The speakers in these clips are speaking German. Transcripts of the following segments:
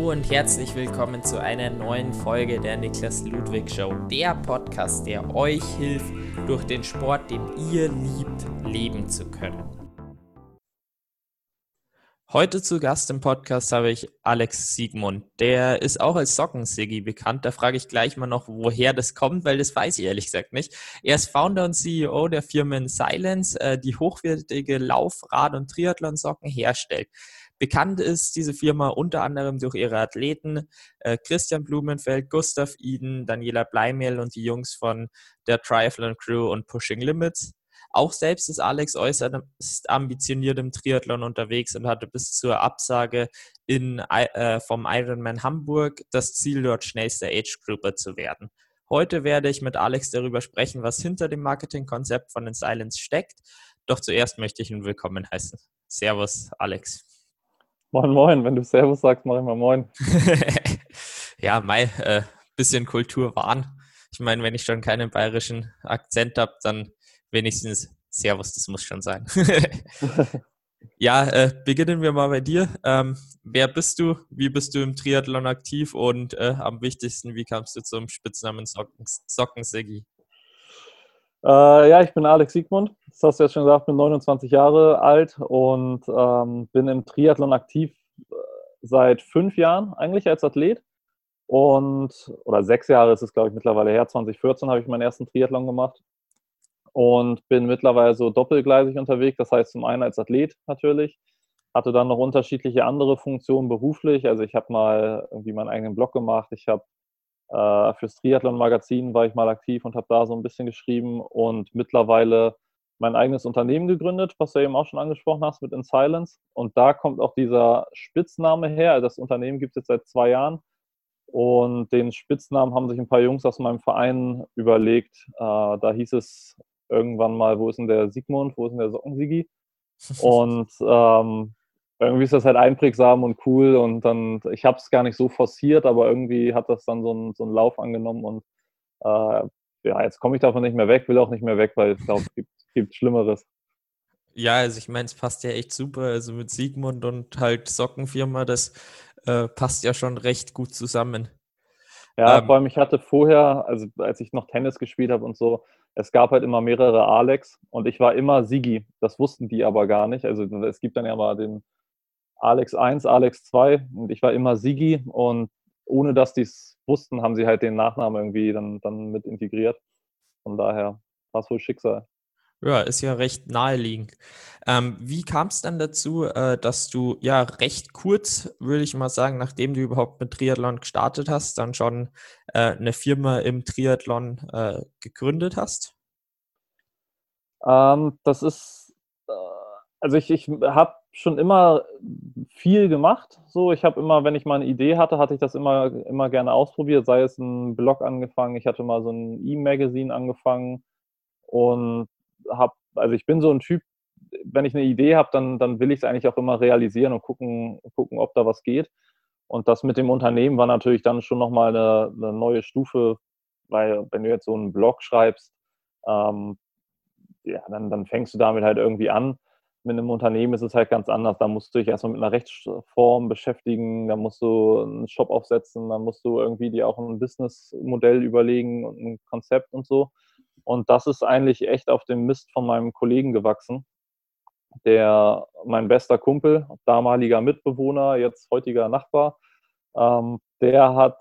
Hallo und herzlich willkommen zu einer neuen Folge der Niklas Ludwig Show, der Podcast, der euch hilft, durch den Sport, den ihr liebt, leben zu können. Heute zu Gast im Podcast habe ich Alex Siegmund. Der ist auch als Socken-Siggi bekannt. Da frage ich gleich mal noch, woher das kommt, weil das weiß ich ehrlich gesagt nicht. Er ist Founder und CEO der Firma Silence, die hochwertige Lauf-, Rad- und Triathlon-Socken herstellt. Bekannt ist diese Firma unter anderem durch ihre Athleten Christian Blumenfeld, Gustav Iden, Daniela Bleimehl und die Jungs von der Triathlon Crew und Pushing Limits. Auch selbst ist Alex äußerst ambitioniert im Triathlon unterwegs und hatte bis zur Absage vom Ironman Hamburg das Ziel, dort schnellster Age-Grouper zu werden. Heute werde ich mit Alex darüber sprechen, was hinter dem Marketingkonzept von Silence steckt. Doch zuerst möchte ich ihn willkommen heißen. Servus, Alex. Moin, moin. Wenn du Servus sagst, mach ich mal moin. Ja, bisschen Kulturwahn. Ich meine, wenn ich schon keinen bayerischen Akzent habe, dann wenigstens Servus, das muss schon sein. Ja, beginnen wir mal bei dir. Wer bist du? Wie bist du im Triathlon aktiv? Und am wichtigsten, wie kamst du zum Spitznamen Socken-Siggi? Ja, ich bin Alex Siegmund. Das hast du jetzt schon gesagt, bin 29 Jahre alt und bin im Triathlon aktiv seit 5 Jahren eigentlich als Athlet. Oder 6 Jahre ist es, glaube ich, mittlerweile her. 2014 habe ich meinen ersten Triathlon gemacht und bin mittlerweile so doppelgleisig unterwegs. Das heißt, zum einen als Athlet natürlich, hatte dann noch unterschiedliche andere Funktionen beruflich. Also ich habe mal irgendwie meinen eigenen Blog gemacht. Ich habe fürs Triathlon-Magazin war ich mal aktiv und habe da so ein bisschen geschrieben und mittlerweile mein eigenes Unternehmen gegründet, was du eben auch schon angesprochen hast mit In Silence. Und da kommt auch dieser Spitzname her. Also das Unternehmen gibt es jetzt seit 2 Jahren. Und den Spitznamen haben sich ein paar Jungs aus meinem Verein überlegt. Da hieß es irgendwann mal, wo ist denn der Sigmund, wo ist denn der Sockensigi? Und irgendwie ist das halt einprägsam und cool und dann, ich habe es gar nicht so forciert, aber irgendwie hat das dann so einen Lauf angenommen und ja, jetzt komme ich davon nicht mehr weg, will auch nicht mehr weg, weil ich glaube, es gibt Schlimmeres. Ja, also ich meine, es passt ja echt super. Also mit Sigmund und halt Sockenfirma, das passt ja schon recht gut zusammen. Ja, Ähm, vor allem ich hatte vorher, also als ich noch Tennis gespielt habe und so, es gab halt immer mehrere Alex und ich war immer Sigi. Das wussten die aber gar nicht. Also es gibt dann ja mal den Alex 1, Alex 2 und ich war immer Sigi und ohne dass die es wussten, haben sie halt den Nachnamen irgendwie dann mit integriert. Von daher war es wohl Schicksal. Ja, ist ja recht naheliegend. Wie kam es dann dazu, dass du ja recht kurz, würde ich mal sagen, nachdem du überhaupt mit Triathlon gestartet hast, dann schon eine Firma im Triathlon gegründet hast? Das ist, äh, also ich habe schon immer viel gemacht. So, ich habe immer, wenn ich mal eine Idee hatte, hatte ich das immer gerne ausprobiert, sei es ein Blog angefangen, ich hatte mal so ein E-Magazin angefangen und also ich bin so ein Typ, wenn ich eine Idee habe, dann will ich es eigentlich auch immer realisieren und gucken, ob da was geht. Und das mit dem Unternehmen war natürlich dann schon nochmal eine neue Stufe, weil wenn du jetzt so einen Blog schreibst, ähm, ja, dann fängst du damit halt irgendwie an. Mit einem Unternehmen ist es halt ganz anders. Da musst du dich erstmal mit einer Rechtsform beschäftigen, da musst du einen Shop aufsetzen, dann musst du irgendwie dir auch ein Businessmodell überlegen und ein Konzept und so. Und das ist eigentlich echt auf dem Mist von meinem Kollegen gewachsen, mein bester Kumpel, damaliger Mitbewohner, jetzt heutiger Nachbar, ähm, der hat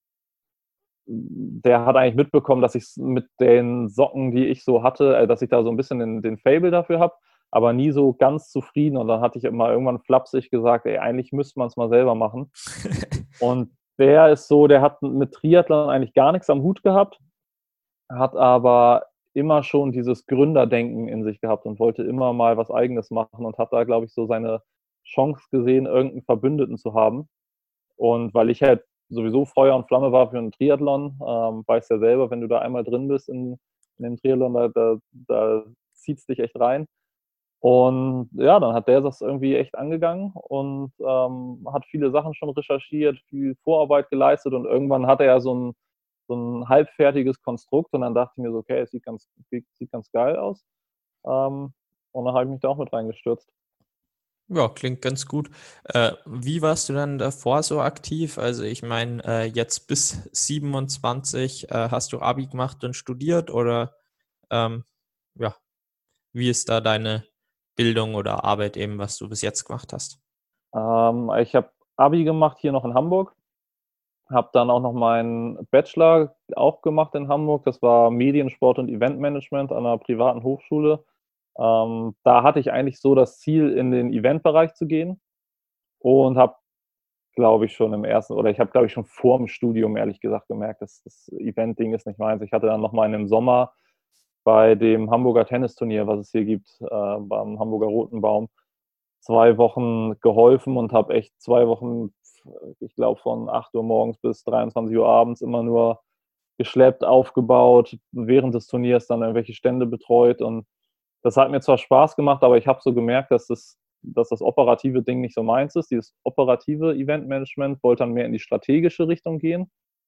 der hat eigentlich mitbekommen, dass ich mit den Socken, die ich so hatte, dass ich da so ein bisschen den Faible dafür habe, aber nie so ganz zufrieden. Und dann hatte ich immer irgendwann flapsig gesagt, ey, eigentlich müsste man es mal selber machen. Und der hat mit Triathlon eigentlich gar nichts am Hut gehabt, hat aber immer schon dieses Gründerdenken in sich gehabt und wollte immer mal was Eigenes machen und hat da, glaube ich, so seine Chance gesehen, irgendeinen Verbündeten zu haben. Und weil ich halt sowieso Feuer und Flamme war für einen Triathlon, weißt ja selber, wenn du da einmal drin bist in dem Triathlon, da zieht es dich echt rein. Und ja, dann hat der das irgendwie echt angegangen und hat viele Sachen schon recherchiert, viel Vorarbeit geleistet und irgendwann hatte er so ein halbfertiges Konstrukt und dann dachte ich mir so, okay, es sieht ganz geil aus. Und dann habe ich mich da auch mit reingestürzt. Ja, klingt ganz gut. Wie warst du dann davor so aktiv? Also ich meine, jetzt bis 27 hast du Abi gemacht und studiert oder ähm, ja, wie ist da deine Bildung oder Arbeit eben, was du bis jetzt gemacht hast? Ich habe Abi gemacht hier noch in Hamburg, habe dann auch noch meinen Bachelor auch gemacht in Hamburg. Das war Mediensport und Eventmanagement an einer privaten Hochschule. Da hatte ich eigentlich so das Ziel, in den Eventbereich zu gehen und habe, glaube ich, schon im ersten oder ich habe, glaube ich, schon vor dem Studium ehrlich gesagt gemerkt, dass das Event-Ding ist nicht meins. Ich hatte dann noch mal in dem Sommer bei dem Hamburger Tennisturnier, was es hier gibt, beim Hamburger Roten Baum, 2 Wochen geholfen und habe echt 2 Wochen, ich glaube, von 8 Uhr morgens bis 23 Uhr abends immer nur geschleppt, aufgebaut, während des Turniers dann irgendwelche Stände betreut und das hat mir zwar Spaß gemacht, aber ich habe so gemerkt, dass das operative Ding nicht so meins ist. Dieses operative Eventmanagement wollte dann mehr in die strategische Richtung gehen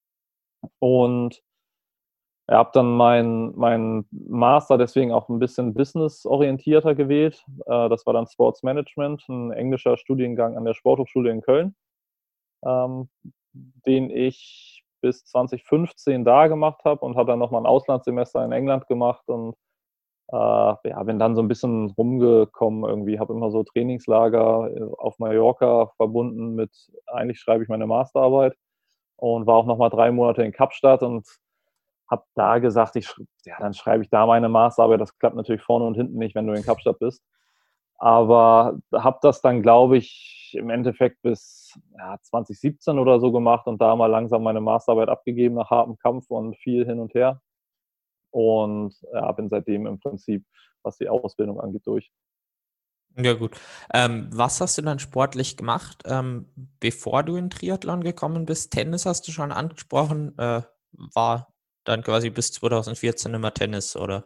und habe dann meinen Master deswegen auch ein bisschen businessorientierter gewählt. Das war dann Sports Management, ein englischer Studiengang an der Sporthochschule in Köln, ähm, den ich bis 2015 da gemacht habe und habe dann noch mal 'n Auslandssemester in England gemacht und, ja, bin dann so ein bisschen rumgekommen irgendwie. Habe immer so Trainingslager, auf Mallorca verbunden mit eigentlich schreibe ich meine Masterarbeit und war auch noch mal 3 Monate in Kapstadt und habe da gesagt, ja, dann schreibe ich da meine Masterarbeit. Das klappt natürlich vorne und hinten nicht, wenn du in Kapstadt bist. Aber habe das dann, glaube ich, im Endeffekt bis, ja, 2017 oder so gemacht und da mal langsam meine Masterarbeit abgegeben nach hartem Kampf und viel hin und her. Und ja, bin seitdem im Prinzip, was die Ausbildung angeht, durch. Ja gut. Was hast du dann sportlich gemacht, bevor du in Triathlon gekommen bist? Tennis hast du schon angesprochen, war dann quasi bis 2014 immer Tennis, oder?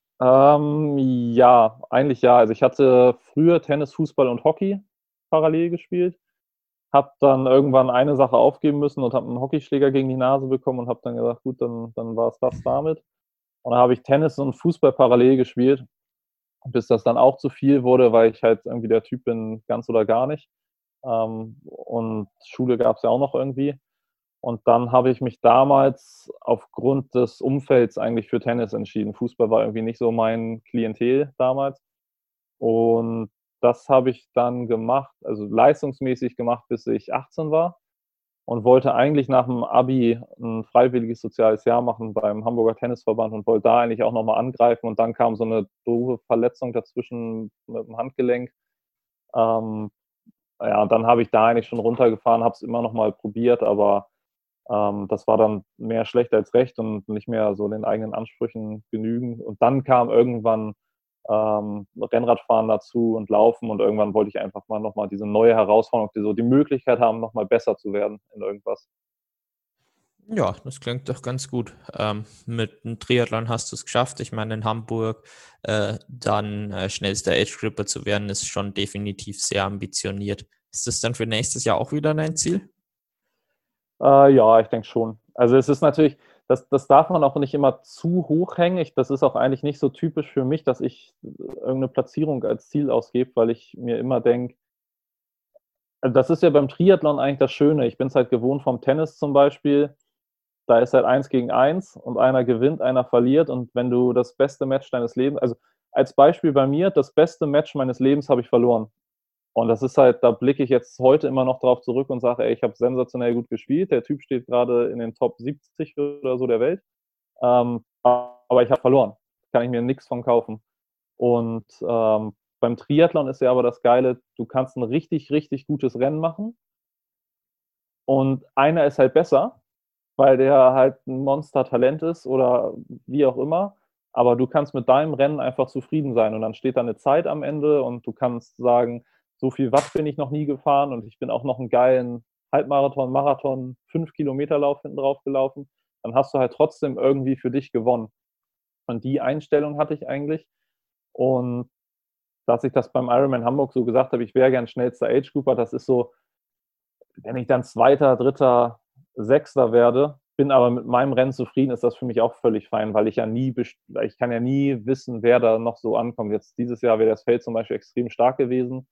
Ja, eigentlich ja. Also, ich hatte früher Tennis, Fußball und Hockey parallel gespielt. Habe dann irgendwann eine Sache aufgeben müssen und habe 'n Hockeyschläger gegen die Nase bekommen und habe dann gesagt: „Gut, dann war's das damit.“ Und dann habe ich Tennis und Fußball parallel gespielt, bis das dann auch zu viel wurde, weil ich halt irgendwie der Typ bin, ganz oder gar nicht. Und Schule gab's ja auch noch irgendwie. Und dann habe ich mich damals aufgrund des Umfelds eigentlich für Tennis entschieden. Fußball war irgendwie nicht so mein Klientel damals. Und das habe ich dann gemacht, also leistungsmäßig gemacht, bis ich 18 war und wollte eigentlich nach dem Abi ein freiwilliges soziales Jahr machen beim Hamburger Tennisverband und wollte da eigentlich auch noch mal angreifen und dann kam so eine doofe Verletzung dazwischen mit dem Handgelenk. Ähm, ja, und dann habe ich da eigentlich schon runtergefahren, habe es immer noch mal probiert, aber, das war dann mehr schlecht als recht und nicht mehr so den eigenen Ansprüchen genügen. Und dann kam irgendwann, Rennradfahren dazu und Laufen und irgendwann wollte ich einfach mal noch mal diese neue Herausforderung, die Möglichkeit haben, noch mal besser zu werden in irgendwas. Ja, das klingt doch ganz gut. Mit 'm Triathlon hast du es geschafft. Ich meine, in Hamburg, dann, schnellster Age-Grupper zu werden, ist schon definitiv sehr ambitioniert. Ist das dann für nächstes Jahr auch wieder dein Ziel? Ja, ich denke schon. Also, es ist natürlich das darf man auch nicht immer zu hoch hängen. Das ist auch eigentlich nicht so typisch für mich, dass ich irgend 'ne Platzierung als Ziel ausgebe, weil ich mir immer denke also, das ist ja beim Triathlon eigentlich das Schöne. Ich bin es halt gewohnt vom Tennis zum Beispiel, da ist halt 1 gegen 1 und einer gewinnt, einer verliert und wenn du das beste Match deines Lebens also, als Beispiel bei mir, das beste Match meines Lebens habe ich verloren. Und das ist halt da blicke ich jetzt heute immer noch drauf zurück und sage: „Ey, ich habe sensationell gut gespielt.“ Der Typ steht grade in den Top 70 oder so der Welt, aber ich habe verloren. Kann ich mir nix von kaufen. Und, beim Triathlon ist ja aber das Geile, du kannst 'n richtig, richtig gutes Rennen machen und einer ist halt besser, weil der halt 'n Monstertalent ist oder wie auch immer, aber du kannst mit deinem Rennen einfach zufrieden sein und dann steht da 'ne Zeit am Ende und du kannst sagen: „So viel Watt bin ich noch nie gefahren und ich bin auch noch 'n geilen Halbmarathon, Marathon, 5 Kilometer Lauf hinten drauf gelaufen.“ Dann hast du halt trotzdem irgendwie für dich gewonnen. Und die Einstellung hatte ich eigentlich und dass ich das beim Ironman Hamburg so gesagt habe, ich wäre gern schnellster Age Grouper, das ist so, wenn ich dann Zweiter, Dritter, Sechster werde, bin aber mit meinem Rennen zufrieden, ist das für mich auch völlig fein, weil ich kann ja nie wissen, wer da noch so ankommt. Jetzt dieses Jahr wäre das Feld zum Beispiel extrem stark gewesen.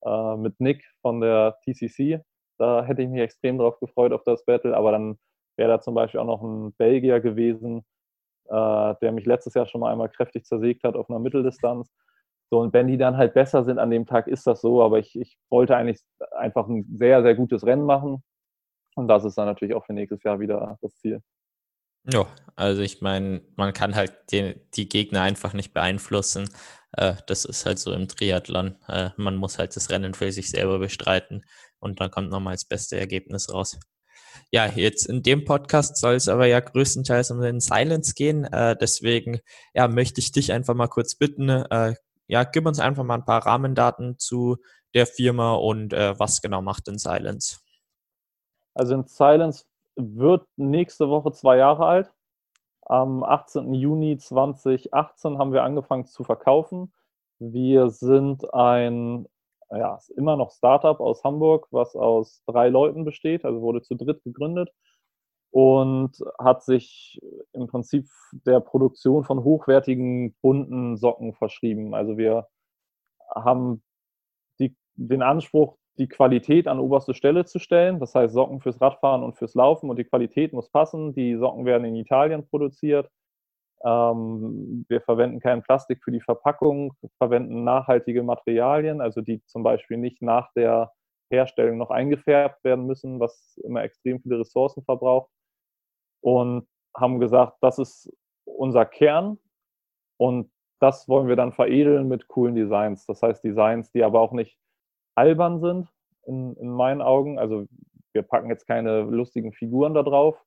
mit Nick von der TCC. Da hätte ich mich extrem drauf gefreut auf das Battle, aber dann wäre da zum Beispiel auch noch ein Belgier gewesen, der mich letztes Jahr schon mal einmal kräftig zersägt hat auf einer Mitteldistanz. So, und wenn die dann halt besser sind an dem Tag, ist das so, aber ich wollte eigentlich einfach ein sehr, sehr gutes Rennen machen. Und das ist dann natürlich auch für nächstes Jahr wieder das Ziel. Ja, also ich meine, man kann halt die Gegner einfach nicht beeinflussen. Das ist halt so im Triathlon. Man muss halt das Rennen für sich selber bestreiten und dann kommt nochmal das beste Ergebnis raus. Ja, jetzt in dem Podcast soll es aber ja größtenteils um den Silence gehen. Deswegen ja, möchte ich dich einfach mal kurz bitten, ja, gib uns einfach mal ein paar Rahmendaten zu der Firma und was genau macht denn Silence? Also in Silence wird nächste Woche 2 Jahre alt. Am 18. Juni 2018 haben wir angefangen zu verkaufen. Wir sind ein, ja, immer noch Startup aus Hamburg, was aus 3 Leuten besteht, also wurde zu dritt gegründet und hat sich im Prinzip der Produktion von hochwertigen, bunten Socken verschrieben. Also wir haben den Anspruch, die Qualität an oberste Stelle zu stellen. Das heißt, Socken fürs Radfahren und fürs Laufen und die Qualität muss passen. Die Socken werden in Italien produziert. Wir verwenden kein Plastik für die Verpackung, verwenden nachhaltige Materialien, also die zum Beispiel nicht nach der Herstellung noch eingefärbt werden müssen, was immer extrem viele Ressourcen verbraucht. Und haben gesagt, das ist unser Kern und das wollen wir dann veredeln mit coolen Designs. Das heißt, Designs, die aber auch nicht albern sind, in meinen Augen. Also wir packen jetzt keine lustigen Figuren da drauf.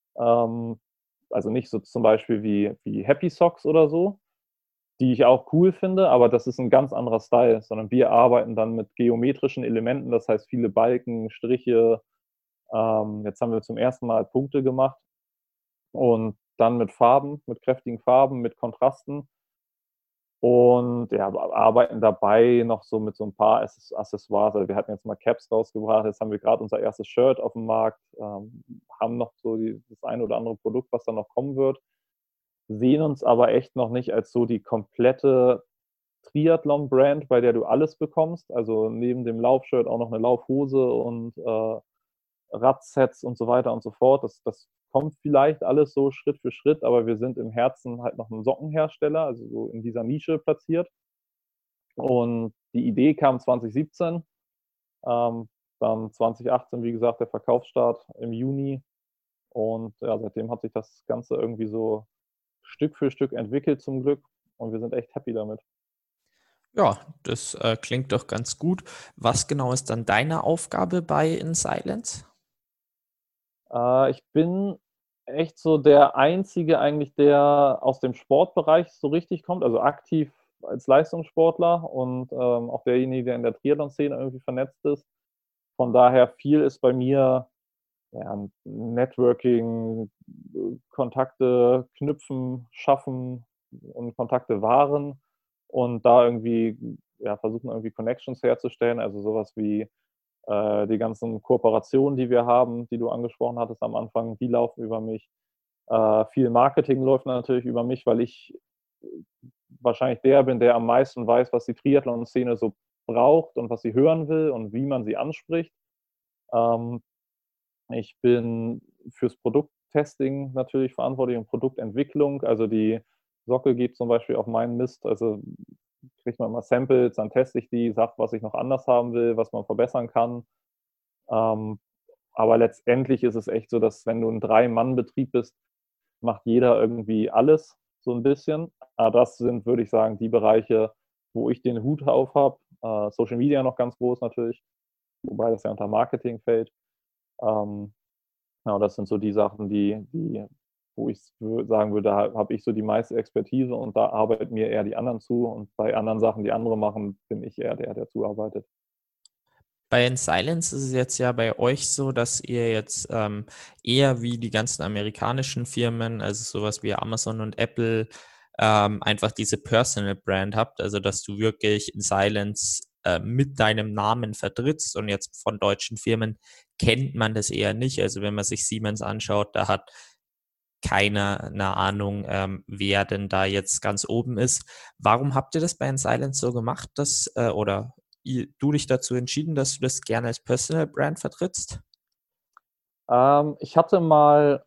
Also nicht so zum Beispiel wie Happy Socks oder so, die ich auch cool finde, aber das ist ein ganz anderer Style, sondern wir arbeiten dann mit geometrischen Elementen, das heißt viele Balken, Striche. Jetzt haben wir zum ersten Mal Punkte gemacht und dann mit Farben, mit kräftigen Farben, mit Kontrasten. Und ja, arbeiten dabei noch so mit so ein paar Accessoires. Also wir hatten jetzt mal Caps rausgebracht, jetzt haben wir gerade unser erstes Shirt auf dem Markt, haben noch so das eine oder andere Produkt, was dann noch kommen wird, sehen uns aber echt noch nicht als so die komplette Triathlon-Brand, bei der du alles bekommst. Also neben dem Laufshirt auch noch eine Laufhose und Radsets und so weiter und so fort. Das kommt vielleicht alles so Schritt für Schritt, aber wir sind im Herzen halt noch ein Sockenhersteller, also so in dieser Nische platziert. Und die Idee kam 2017, dann 2018, wie gesagt, der Verkaufsstart im Juni. Und ja, seitdem hat sich das Ganze irgendwie so Stück für Stück entwickelt zum Glück. Und wir sind echt happy damit. Ja, das klingt doch ganz gut. Was genau ist dann deine Aufgabe bei In Silence? Ich bin echt so der Einzige eigentlich, der aus dem Sportbereich so richtig kommt, also aktiv als Leistungssportler und auch derjenige, der in der Triathlon-Szene irgendwie vernetzt ist. Von daher viel ist bei mir ja, Networking, Kontakte knüpfen, schaffen und Kontakte wahren und da irgendwie ja, versuchen, irgendwie Connections herzustellen. Also sowas wie die ganzen Kooperationen, die wir haben, die du angesprochen hattest am Anfang, die laufen über mich. Viel Marketing läuft natürlich über mich, weil ich wahrscheinlich der bin, der am meisten weiß, was die Triathlon-Szene so braucht und was sie hören will und wie man sie anspricht. Ähm, Ich bin fürs Produkttesting natürlich verantwortlich und Produktentwicklung. Also die Socke geht zum Beispiel auf meinen Mist. Also kriegt man mal Samples, dann teste ich die, sage, was ich noch anders haben will, was man verbessern kann. Ähm, aber letztendlich ist es echt so, dass wenn du ein Drei-Mann-Betrieb bist, macht jeder irgendwie alles so ein bisschen. Aber das sind, würde ich sagen, die Bereiche, wo ich den Hut auf habe. Social Media noch ganz groß natürlich, wobei das ja unter Marketing fällt. Ähm, Genau, das sind so die Sachen, wo ich sagen würde, da habe ich so die meiste Expertise und da arbeiten mir eher die anderen zu. Und bei anderen Sachen, die andere machen, bin ich eher der zuarbeitet. Bei In Silence ist es jetzt ja bei euch so, dass ihr jetzt eher wie die ganzen amerikanischen Firmen, also sowas wie Amazon und Apple, einfach diese Personal Brand habt, also dass du wirklich In Silence mit deinem Namen vertrittst und jetzt von deutschen Firmen kennt man das eher nicht. Also wenn man sich Siemens anschaut, da hat keiner eine Ahnung, wer denn da jetzt ganz oben ist. Warum habt ihr das bei In Silence so gemacht, oder du dich dazu entschieden, dass du das gerne als Personal Brand vertrittst? Ich hatte mal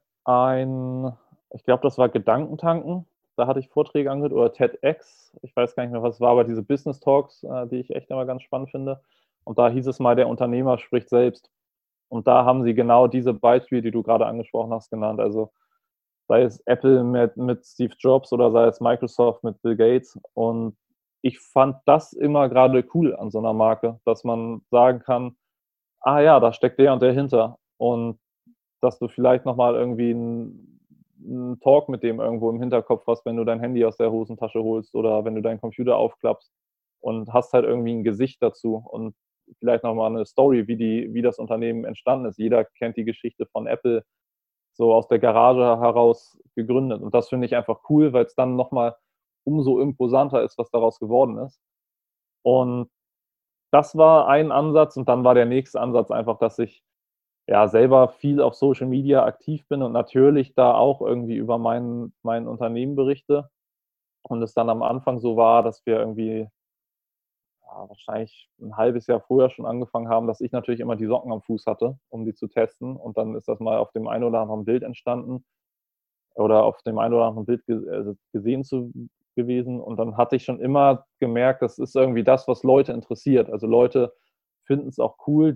ich glaube, das war Gedankentanken. Da hatte ich Vorträge angehört oder TEDx. Ich weiß gar nicht mehr, was es war, aber diese Business Talks, die ich echt immer ganz spannend finde. Und da hieß es mal, der Unternehmer spricht selbst. Und da haben sie genau diese Beispiele, die du gerade angesprochen hast, genannt. Also sei es Apple mit Steve Jobs oder sei es Microsoft mit Bill Gates. Und ich fand das immer gerade cool an so einer Marke, dass man sagen kann, ah ja, da steckt der und der hinter. Und dass du vielleicht nochmal irgendwie einen Talk mit dem irgendwo im Hinterkopf hast, wenn du dein Handy aus der Hosentasche holst oder wenn du deinen Computer aufklappst und hast halt irgendwie ein Gesicht dazu und vielleicht nochmal eine Story, wie das Unternehmen entstanden ist. Jeder kennt die Geschichte von Apple so aus der Garage heraus gegründet. Und das finde ich einfach cool, weil es dann nochmal umso imposanter ist, was daraus geworden ist. Und das war ein Ansatz. Und dann war der nächste Ansatz einfach, dass ich ja selber viel auf Social Media aktiv bin und natürlich da auch irgendwie über mein Unternehmen berichte. Und es dann am Anfang so war, dass wir irgendwie wahrscheinlich ein halbes Jahr vorher schon angefangen haben, dass ich natürlich immer die Socken am Fuß hatte, um die zu testen. Und dann ist das mal auf dem einen oder anderen Bild entstanden oder auf dem einen oder anderen Bild gesehen gewesen. Und dann hatte ich schon immer gemerkt, das ist irgendwie das, was Leute interessiert. Also Leute finden es auch cool,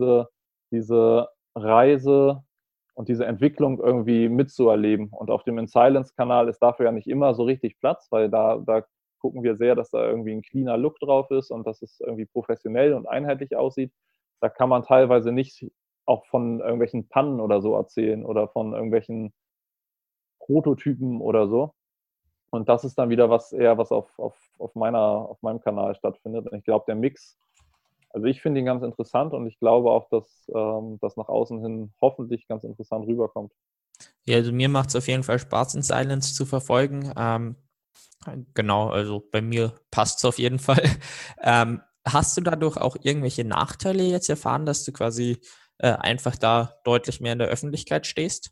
diese Reise und diese Entwicklung irgendwie mitzuerleben. Und auf dem In Silence-Kanal ist dafür ja nicht immer so richtig Platz, weil da gucken wir sehr, dass da irgendwie ein cleaner Look drauf ist und dass es irgendwie professionell und einheitlich aussieht. Da kann man teilweise nicht auch von irgendwelchen Pannen oder so erzählen oder von irgendwelchen Prototypen oder so. Und das ist dann wieder was eher, was auf meinem Kanal stattfindet. Und ich glaube, der Mix, also ich finde ihn ganz interessant und ich glaube auch, dass das nach außen hin hoffentlich ganz interessant rüberkommt. Ja, also mir macht es auf jeden Fall Spaß, In Silence zu verfolgen. Genau, also bei mir passt es auf jeden Fall. Hast du dadurch auch irgendwelche Nachteile jetzt erfahren, dass du quasi einfach da deutlich mehr in der Öffentlichkeit stehst?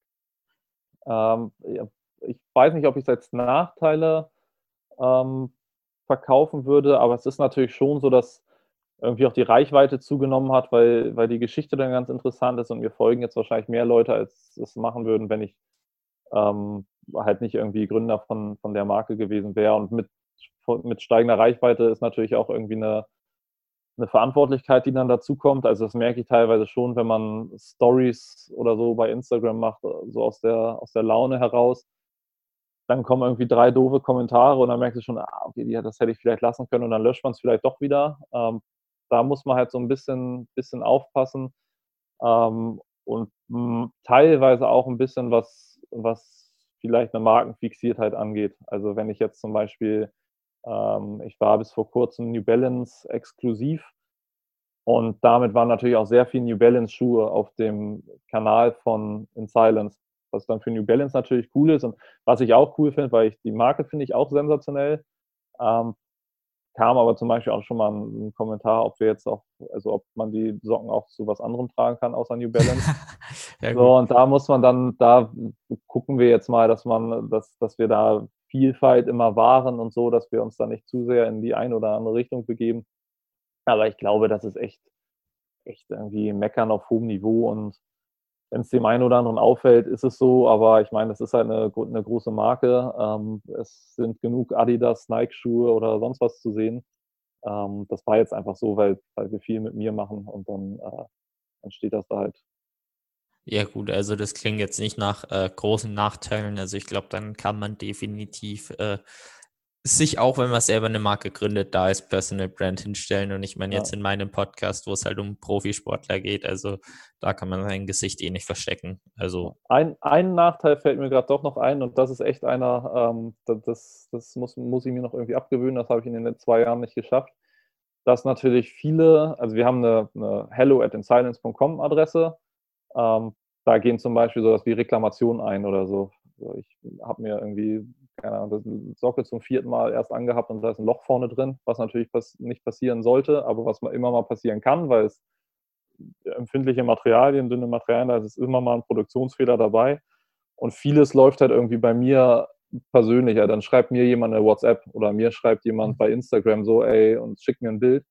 Ja, ich weiß nicht, ob ich es als Nachteile ähm, verkaufen würde, aber es ist natürlich schon so, dass irgendwie auch die Reichweite zugenommen hat, weil die Geschichte dann ganz interessant ist und mir folgen jetzt wahrscheinlich mehr Leute, als es machen würden, wenn ich halt nicht irgendwie Gründer von der Marke gewesen wäre. Und mit steigender Reichweite ist natürlich auch irgendwie eine Verantwortlichkeit, die dann dazukommt. Also das merke ich teilweise schon, wenn man Stories oder so bei Instagram macht, so aus der Laune heraus. Dann kommen irgendwie 3 doofe Kommentare und dann merkst du schon, okay, das hätte ich vielleicht lassen können und dann löscht man es vielleicht doch wieder. Da muss man halt so ein bisschen aufpassen und teilweise auch ein bisschen was vielleicht eine Markenfixiertheit angeht. Also wenn ich jetzt zum Beispiel ich war bis vor Kurzem New Balance exklusiv und damit waren natürlich auch sehr viele New Balance Schuhe auf dem Kanal von In Silence, was dann für New Balance natürlich cool ist und was ich auch cool finde, weil ich die Marke finde ich auch sensationell. Ähm, Kam aber zum Beispiel auch schon mal ein Kommentar, ob wir jetzt auch, also ob man die Socken auch zu was anderem tragen kann außer New Balance. Ja, gut. So, und da muss man dann, da gucken wir jetzt mal, dass wir da Vielfalt immer wahren und so, dass wir uns da nicht zu sehr in die eine oder andere Richtung begeben. Aber ich glaube, das ist echt irgendwie Meckern auf hohem Niveau und wenn es dem einen oder anderen auffällt, ist es so, aber ich meine, das ist halt eine große Marke. Es sind genug Adidas, Nike-Schuhe oder sonst was zu sehen. Das war jetzt einfach so, weil wir viel mit mir machen und dann steht das da halt. Ja gut, also das klingt jetzt nicht nach großen Nachteilen. Also ich glaube, dann kann man definitiv sich auch, wenn man selber eine Marke gründet, da als Personal Brand hinstellen. Und ich meine Ja. jetzt in meinem Podcast, wo es halt um Profisportler geht, also da kann man sein Gesicht eh nicht verstecken. Also Ein Nachteil fällt mir gerade doch noch ein und das ist echt einer, das muss ich mir noch irgendwie abgewöhnen, das habe ich in den 2 Jahren nicht geschafft, dass natürlich viele, also wir haben eine hello@insilence.com Adresse, da gehen zum Beispiel sowas wie Reklamationen ein oder so. Also ich habe mir irgendwie, keine Ahnung, das Socke zum 4. Mal erst angehabt und da ist ein Loch vorne drin, was natürlich nicht passieren sollte, aber was immer mal passieren kann, weil es empfindliche Materialien, dünne Materialien, da ist immer mal ein Produktionsfehler dabei. Und vieles läuft halt irgendwie bei mir persönlicher. Dann schreibt mir jemand eine WhatsApp oder mir schreibt jemand bei Instagram so, ey, und schickt mir ein Bild.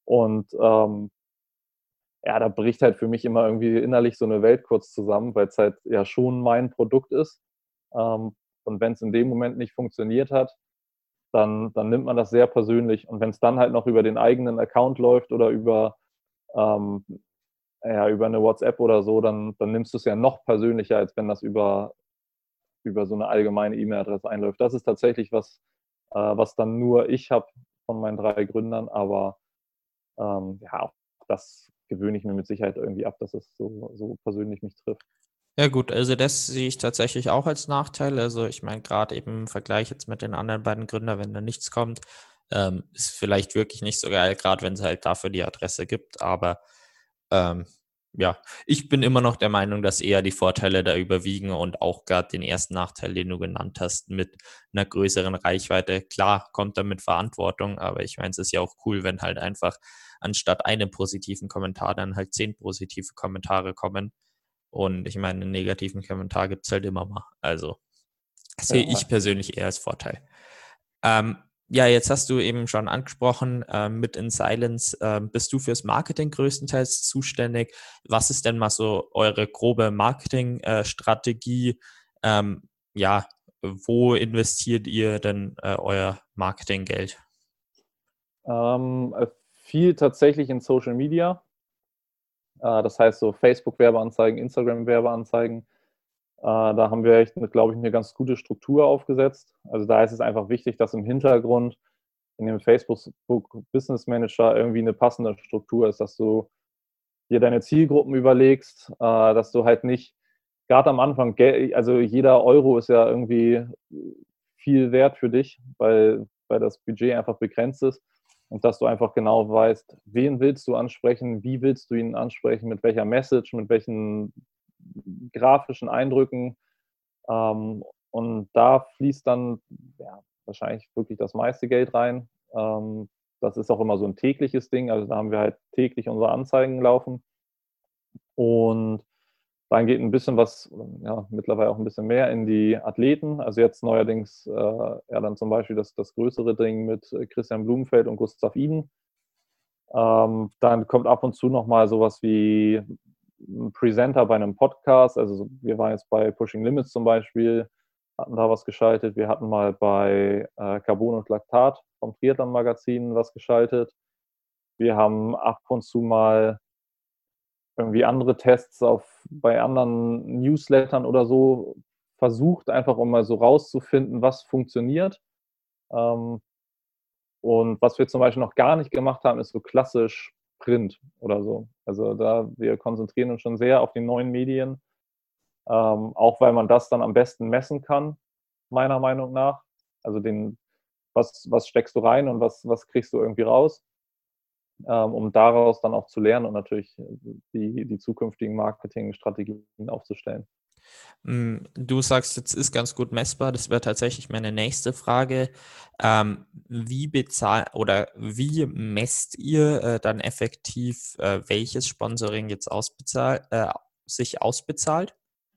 Und ja, da bricht halt für mich immer irgendwie innerlich so eine Welt kurz zusammen, weil es halt ja schon mein Produkt ist. Und wenn es in dem Moment nicht funktioniert hat, dann nimmt man das sehr persönlich. Und wenn es dann halt noch über den eigenen Account läuft oder ähm, ja, über eine WhatsApp oder so, dann nimmst du es ja noch persönlicher, als wenn das über so eine allgemeine E-Mail-Adresse einläuft. Das ist tatsächlich was dann nur ich habe von meinen 3 Gründern, aber ja, auch das gewöhne ich mir mit Sicherheit irgendwie ab, dass es so persönlich mich trifft. Ja gut, also das sehe ich tatsächlich auch als Nachteil. Also ich meine, gerade eben im Vergleich jetzt mit den anderen beiden Gründern, wenn da nichts kommt, ist vielleicht wirklich nicht so geil, gerade wenn es halt dafür die Adresse gibt. Aber ähm, ja, ich bin immer noch der Meinung, dass eher die Vorteile da überwiegen und auch gerade den ersten Nachteil, den du genannt hast, mit einer größeren Reichweite. Klar, kommt da mit Verantwortung, aber ich meine, es ist ja auch cool, wenn halt einfach anstatt einem positiven Kommentar dann halt 10 positive Kommentare kommen. Und ich meine, einen negativen Kommentar gibt es halt immer mal. Also sehe ich Ja, persönlich eher als Vorteil. Ähm, ja, jetzt hast du eben schon angesprochen, mit In Silence bist du fürs Marketing größtenteils zuständig. Was ist denn mal so eure grobe Marketingstrategie? Ja, wo investiert ihr denn euer Marketinggeld? viel tatsächlich in Social Media. Das heißt so Facebook-Werbeanzeigen, Instagram-Werbeanzeigen. Da haben wir echt, glaube ich, eine ganz gute Struktur aufgesetzt. Also da ist es einfach wichtig, dass im Hintergrund in dem Facebook Business Manager irgendwie eine passende Struktur ist, dass du dir deine Zielgruppen überlegst, dass du halt nicht gerade am Anfang, also jeder Euro ist ja irgendwie viel wert für dich, weil das Budget einfach begrenzt ist und dass du einfach genau weißt, wen willst du ansprechen, wie willst du ihn ansprechen, mit welcher Message, mit welchen grafischen Eindrücken. Und da fließt dann ja, wahrscheinlich wirklich das meiste Geld rein. Das ist auch immer so ein tägliches Ding. Also da haben wir halt täglich unsere Anzeigen laufen. Und dann geht ein bisschen was, ja, mittlerweile auch ein bisschen mehr in die Athleten. Also jetzt neuerdings ja dann zum Beispiel das größere Ding mit Christian Blumenfeld und Gustav Iden. Dann kommt ab und zu nochmal sowas wie ein Presenter bei einem Podcast. Also wir waren jetzt bei Pushing Limits zum Beispiel, hatten da was geschaltet. Wir hatten mal bei Carbon und Laktat vom Triathlon Magazin was geschaltet. Wir haben ab und zu mal irgendwie andere Tests bei anderen Newslettern oder so versucht, einfach um mal so rauszufinden, was funktioniert. Ähm, und was wir zum Beispiel noch gar nicht gemacht haben, ist so klassisch Print oder so. Also wir konzentrieren uns schon sehr auf die neuen Medien, auch weil man das dann am besten messen kann, meiner Meinung nach. Also was steckst du rein und was kriegst du irgendwie raus, um daraus dann auch zu lernen und natürlich die zukünftigen Marketingstrategien aufzustellen. Du sagst, jetzt ist ganz gut messbar. Das wäre tatsächlich meine nächste Frage. Wie messt ihr dann effektiv, welches Sponsoring jetzt sich ausbezahlt?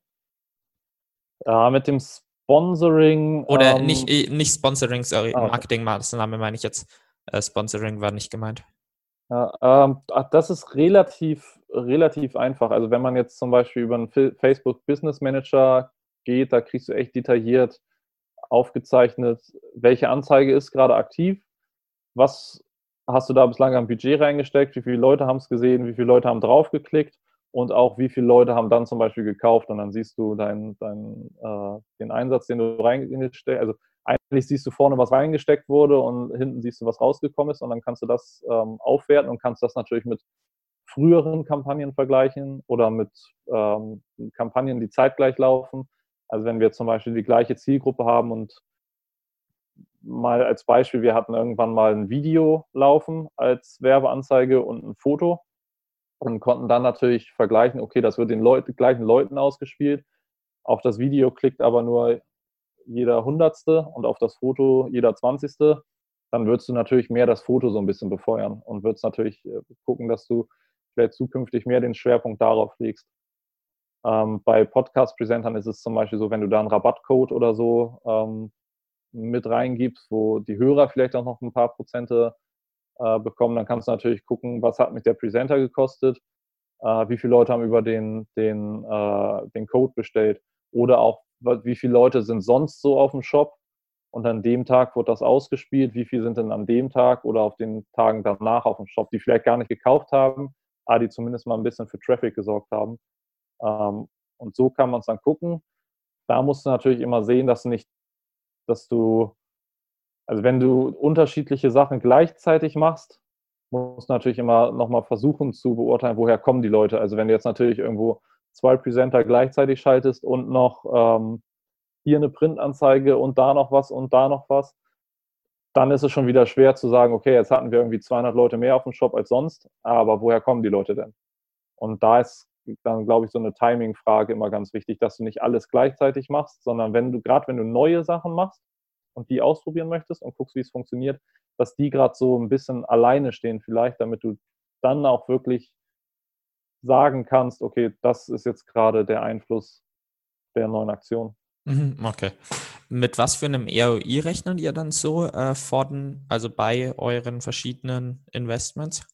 Mit dem Sponsoring, Oder nicht Sponsoring, sorry, okay. Marketingmaßnahme meine ich jetzt. Sponsoring war nicht gemeint. Ja, das ist relativ einfach. Also wenn man jetzt zum Beispiel über einen Facebook Business Manager geht, da kriegst du echt detailliert aufgezeichnet, welche Anzeige ist gerade aktiv, was hast du da bislang am Budget reingesteckt, wie viele Leute haben es gesehen, wie viele Leute haben draufgeklickt und auch wie viele Leute haben dann zum Beispiel gekauft und dann siehst du den Einsatz, den du reingesteckt, also eigentlich siehst du vorne, was reingesteckt wurde und hinten siehst du, was rausgekommen ist und dann kannst du das aufwerten und kannst das natürlich mit früheren Kampagnen vergleichen oder mit Kampagnen, die zeitgleich laufen. Also wenn wir zum Beispiel die gleiche Zielgruppe haben und mal als Beispiel, wir hatten irgendwann mal ein Video laufen als Werbeanzeige und ein Foto und konnten dann natürlich vergleichen, okay, das wird den gleichen Leuten ausgespielt. Auf das Video klickt aber nur jeder Hundertste und auf das Foto jeder Zwanzigste. Dann würdest du natürlich mehr das Foto so ein bisschen befeuern und würdest natürlich gucken, dass du vielleicht zukünftig mehr den Schwerpunkt darauf legst. Bei Podcast-Presentern ist es zum Beispiel so, wenn du da einen Rabattcode oder so mit reingibst, wo die Hörer vielleicht auch noch ein paar Prozente bekommen. Dann kannst du natürlich gucken, was hat mich der Presenter gekostet, wie viele Leute haben über den Code bestellt oder auch, wie viele Leute sind sonst so auf dem Shop und an dem Tag wird das ausgespielt, wie viele sind denn an dem Tag oder auf den Tagen danach auf dem Shop, die vielleicht gar nicht gekauft haben, aber die zumindest mal ein bisschen für Traffic gesorgt haben. Und so kann man es dann gucken. Da musst du natürlich immer sehen, dass du, also wenn du unterschiedliche Sachen gleichzeitig machst, musst du natürlich immer nochmal versuchen zu beurteilen, woher kommen die Leute. Also wenn du jetzt natürlich irgendwo 2 Presenter gleichzeitig schaltest und noch hier eine Printanzeige und da noch was und da noch was, dann ist es schon wieder schwer zu sagen, okay, jetzt hatten wir irgendwie 200 Leute mehr auf dem Shop als sonst, aber woher kommen die Leute denn? Und da ist dann, glaube ich, so eine Timing-Frage immer ganz wichtig, dass du nicht alles gleichzeitig machst, sondern gerade wenn du neue Sachen machst und die ausprobieren möchtest und guckst, wie es funktioniert, dass die gerade so ein bisschen alleine stehen vielleicht, damit du dann auch wirklich sagen kannst, okay, das ist jetzt gerade der Einfluss der neuen Aktion. Okay. Mit was für einem ROI rechnet ihr dann so also bei euren verschiedenen Investments?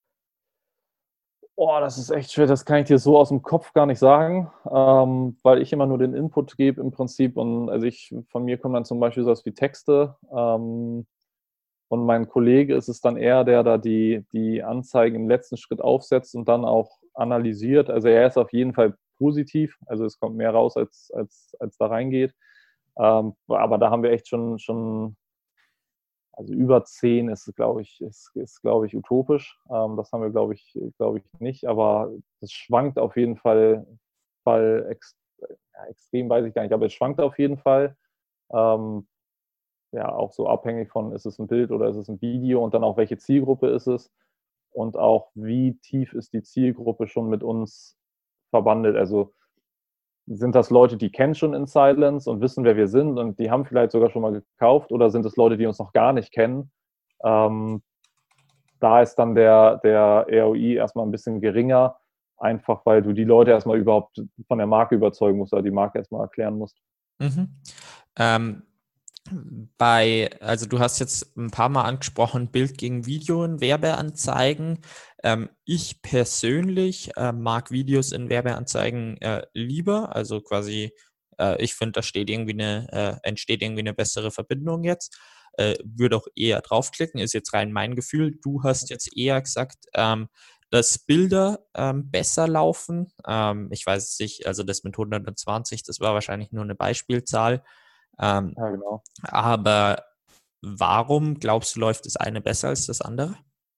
Oh, das ist echt schwer, das kann ich dir so aus dem Kopf gar nicht sagen, weil ich immer nur den Input gebe im Prinzip und also von mir kommen dann zum Beispiel sowas wie Texte, und mein Kollege ist es dann eher, der da die Anzeigen im letzten Schritt aufsetzt und dann auch analysiert. Also er ist auf jeden Fall positiv, also es kommt mehr raus, als da reingeht. Aber da haben wir echt schon also über 10 glaube ich, utopisch. Das haben wir, glaube ich, nicht. Aber es schwankt auf jeden Fall ja, extrem, weiß ich gar nicht, aber es schwankt auf jeden Fall. Ähm, ja, auch so abhängig von, ist es ein Bild oder ist es ein Video und dann auch, welche Zielgruppe ist es und auch, wie tief ist die Zielgruppe schon mit uns verbandelt. Also sind das Leute, die kennen schon In Silence und wissen, wer wir sind und die haben vielleicht sogar schon mal gekauft oder sind es Leute, die uns noch gar nicht kennen? Ähm, Da ist dann der ROI erstmal ein bisschen geringer, einfach weil du die Leute erstmal überhaupt von der Marke überzeugen musst oder die Marke erstmal erklären musst. Mhm. Ähm, also du hast jetzt ein paar Mal angesprochen, Bild gegen Video in Werbeanzeigen. Ich persönlich mag Videos in Werbeanzeigen lieber. Also quasi, ich finde, entsteht irgendwie eine bessere Verbindung jetzt. Würde auch eher draufklicken, ist jetzt rein mein Gefühl. Du hast jetzt eher gesagt, dass Bilder besser laufen. Ich weiß es nicht, also das mit 120, das war wahrscheinlich nur eine Beispielzahl. Ähm, Ja, genau. aber warum glaubst du, läuft das eine besser als das andere?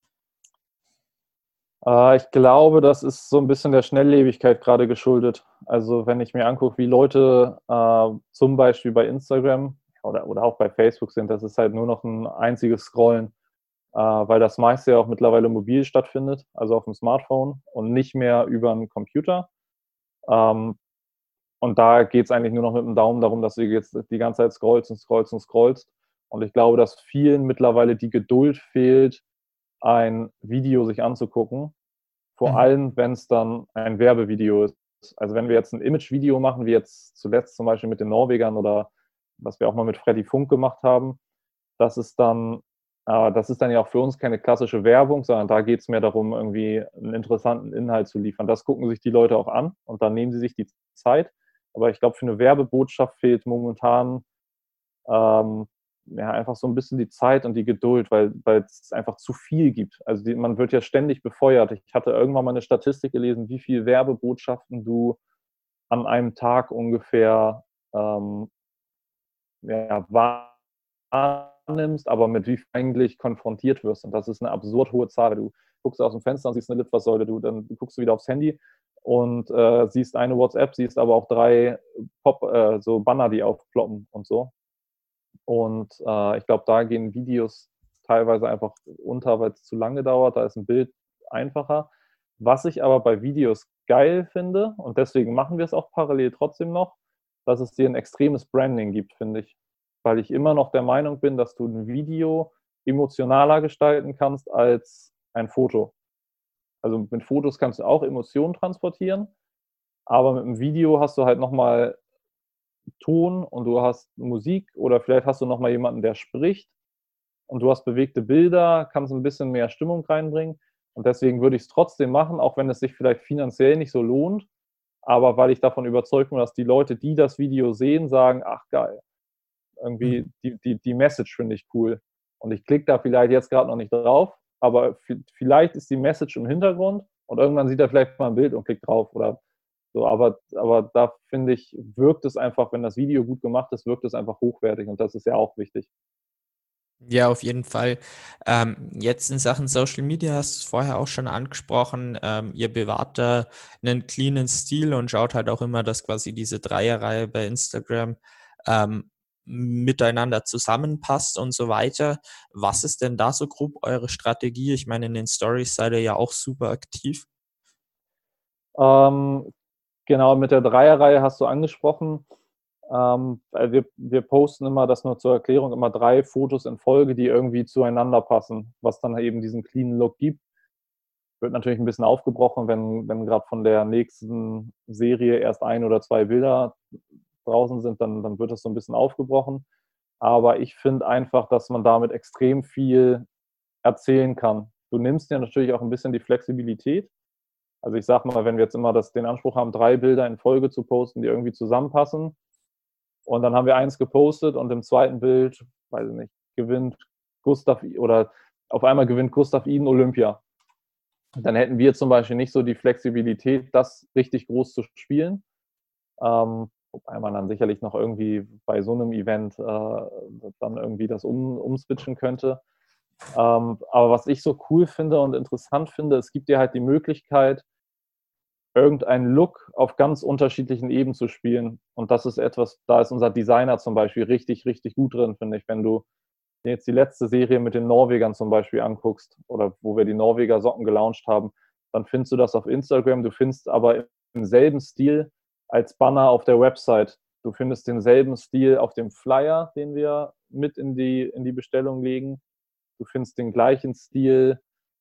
Ich glaube, das ist so ein bisschen der Schnelllebigkeit gerade geschuldet. Also wenn ich mir angucke, wie Leute zum Beispiel bei Instagram oder auch bei Facebook sind, das ist halt nur noch ein einziges Scrollen, weil das meiste ja auch mittlerweile mobil stattfindet, also auf dem Smartphone und nicht mehr über einen Computer. Ähm, und da geht es eigentlich nur noch mit dem Daumen darum, dass du jetzt die ganze Zeit scrollst und scrollst und scrollst. Und ich glaube, dass vielen mittlerweile die Geduld fehlt, ein Video sich anzugucken, vor Mhm. allem, wenn es dann ein Werbevideo ist. Also wenn wir jetzt ein Image-Video machen, wie jetzt zuletzt zum Beispiel mit den Norwegern oder was wir auch mal mit Freddy Funk gemacht haben, das ist dann, das ist dann ja auch für uns keine klassische Werbung, sondern da geht es mehr darum, irgendwie einen interessanten Inhalt zu liefern. Das gucken sich die Leute auch an und dann nehmen sie sich die Zeit. Aber ich glaube, für eine Werbebotschaft fehlt momentan ähm, ja, einfach so ein bisschen die Zeit und die Geduld, weil es einfach zu viel gibt. Also man wird ja ständig befeuert. Ich hatte irgendwann mal eine Statistik gelesen, wie viele Werbebotschaften du an einem Tag ungefähr ja, wahrnimmst, aber mit wie viel eigentlich konfrontiert wirst. Und das ist eine absurd hohe Zahl. Du guckst aus dem Fenster und siehst eine Litfaßsäule, dann guckst du wieder aufs Handy und siehst eine WhatsApp, siehst aber auch 3 so Banner, die aufploppen und so. Und ich glaube, da gehen Videos teilweise einfach unter, weil es zu lange dauert. Da ist ein Bild einfacher. Was ich aber bei Videos geil finde, und deswegen machen wir es auch parallel trotzdem noch, dass es dir ein extremes Branding gibt, finde ich. Weil ich immer noch der Meinung bin, dass du ein Video emotionaler gestalten kannst als ein Foto. Also mit Fotos kannst du auch Emotionen transportieren, aber mit einem Video hast du halt nochmal Ton und du hast Musik oder vielleicht hast du nochmal jemanden, der spricht und du hast bewegte Bilder, kannst ein bisschen mehr Stimmung reinbringen. Und deswegen würde ich es trotzdem machen, auch wenn es sich vielleicht finanziell nicht so lohnt. Aber weil ich davon überzeugt bin, dass die Leute, die das Video sehen, sagen, ach geil, irgendwie Mhm. die Message finde ich cool. Und ich klicke da vielleicht jetzt gerade noch nicht drauf, aber vielleicht ist die Message im Hintergrund und irgendwann sieht er vielleicht mal ein Bild und klickt drauf oder so. Aber da finde ich, wirkt es einfach, wenn das Video gut gemacht ist, wirkt es einfach hochwertig und das ist ja auch wichtig. Ja, auf jeden Fall. Jetzt in Sachen Social Media hast du es vorher auch schon angesprochen. Ihr bewahrt da einen cleanen Stil und schaut halt auch immer, dass quasi diese Dreierreihe bei Instagram miteinander zusammenpasst und so weiter. Was ist denn da so grob eure Strategie? Ich meine, in den Stories seid ihr ja auch super aktiv. Ähm, genau, mit der Dreierreihe hast du angesprochen. Weil wir posten immer, das nur zur Erklärung, immer 3 Fotos in Folge, die irgendwie zueinander passen, was dann eben diesen cleanen Look gibt. Wird natürlich ein bisschen aufgebrochen, wenn gerade von der nächsten Serie erst 1 oder 2 Bilder draußen sind, dann wird das so ein bisschen aufgebrochen. Aber ich finde einfach, dass man damit extrem viel erzählen kann. Du nimmst dir natürlich auch ein bisschen die Flexibilität. Also ich sage mal, wenn wir jetzt immer den Anspruch haben, 3 Bilder in Folge zu posten, die irgendwie zusammenpassen, und dann haben wir eins gepostet und im zweiten Bild, weiß ich nicht, gewinnt Gustav oder auf einmal gewinnt Gustav Iden Olympia. Dann hätten wir zum Beispiel nicht so die Flexibilität, das richtig groß zu spielen. Wobei man dann sicherlich noch irgendwie bei so einem Event dann irgendwie das umswitchen könnte. Aber was ich so cool finde und interessant finde, es gibt dir halt die Möglichkeit, irgendeinen Look auf ganz unterschiedlichen Ebenen zu spielen. Und das ist etwas, da ist unser Designer zum Beispiel richtig, richtig gut drin, finde ich. Wenn du jetzt die letzte Serie mit den Norwegern zum Beispiel anguckst oder wo wir die Norweger Socken gelauncht haben, dann findest du das auf Instagram. Du findest aber im selben Stil als Banner auf der Website. Du findest denselben Stil auf dem Flyer, den wir mit in die Bestellung legen. Du findest den gleichen Stil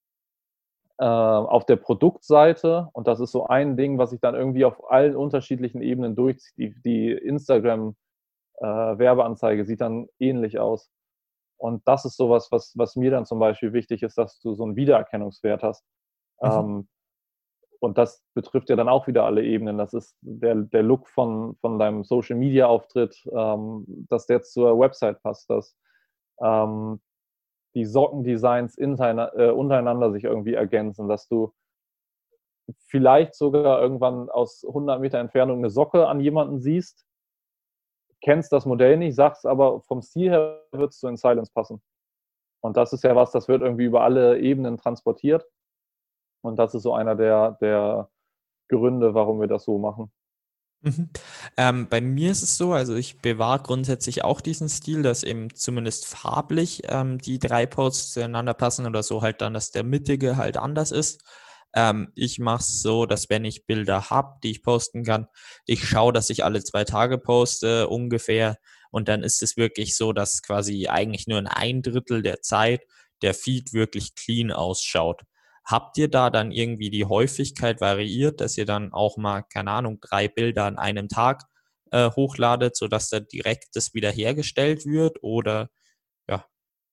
auf der Produktseite und das ist so ein Ding, was sich dann irgendwie auf allen unterschiedlichen Ebenen durchzieht. Die Instagram-Werbeanzeige sieht dann ähnlich aus. Und das ist sowas, was mir dann zum Beispiel wichtig ist, dass du so einen Wiedererkennungswert hast. Mhm. Ähm, und das betrifft ja dann auch wieder alle Ebenen. Das ist der Look von deinem Social-Media-Auftritt, dass der zur Website passt, dass ähm, die Sockendesigns untereinander sich irgendwie ergänzen, dass du vielleicht sogar irgendwann aus 100 Meter Entfernung eine Socke an jemanden siehst, kennst das Modell nicht, sagst aber, vom Stil her wird es zu In Silence passen. Und das ist ja was, das wird irgendwie über alle Ebenen transportiert. Und das ist so einer der Gründe, warum wir das so machen. Mhm. Bei mir ist es so, also ich bewahre grundsätzlich auch diesen Stil, dass eben zumindest farblich die 3 Posts zueinander passen oder so halt dann, dass der mittige halt anders ist. Ich mache es so, dass wenn ich Bilder habe, die ich posten kann, ich schaue, dass ich alle 2 Tage poste ungefähr und dann ist es wirklich so, dass quasi eigentlich nur in 1/3 der Zeit der Feed wirklich clean ausschaut. Habt ihr da dann irgendwie die Häufigkeit variiert, dass ihr dann auch mal, keine Ahnung, 3 Bilder an einem Tag hochladet, sodass da direkt das wiederhergestellt wird? Oder ja.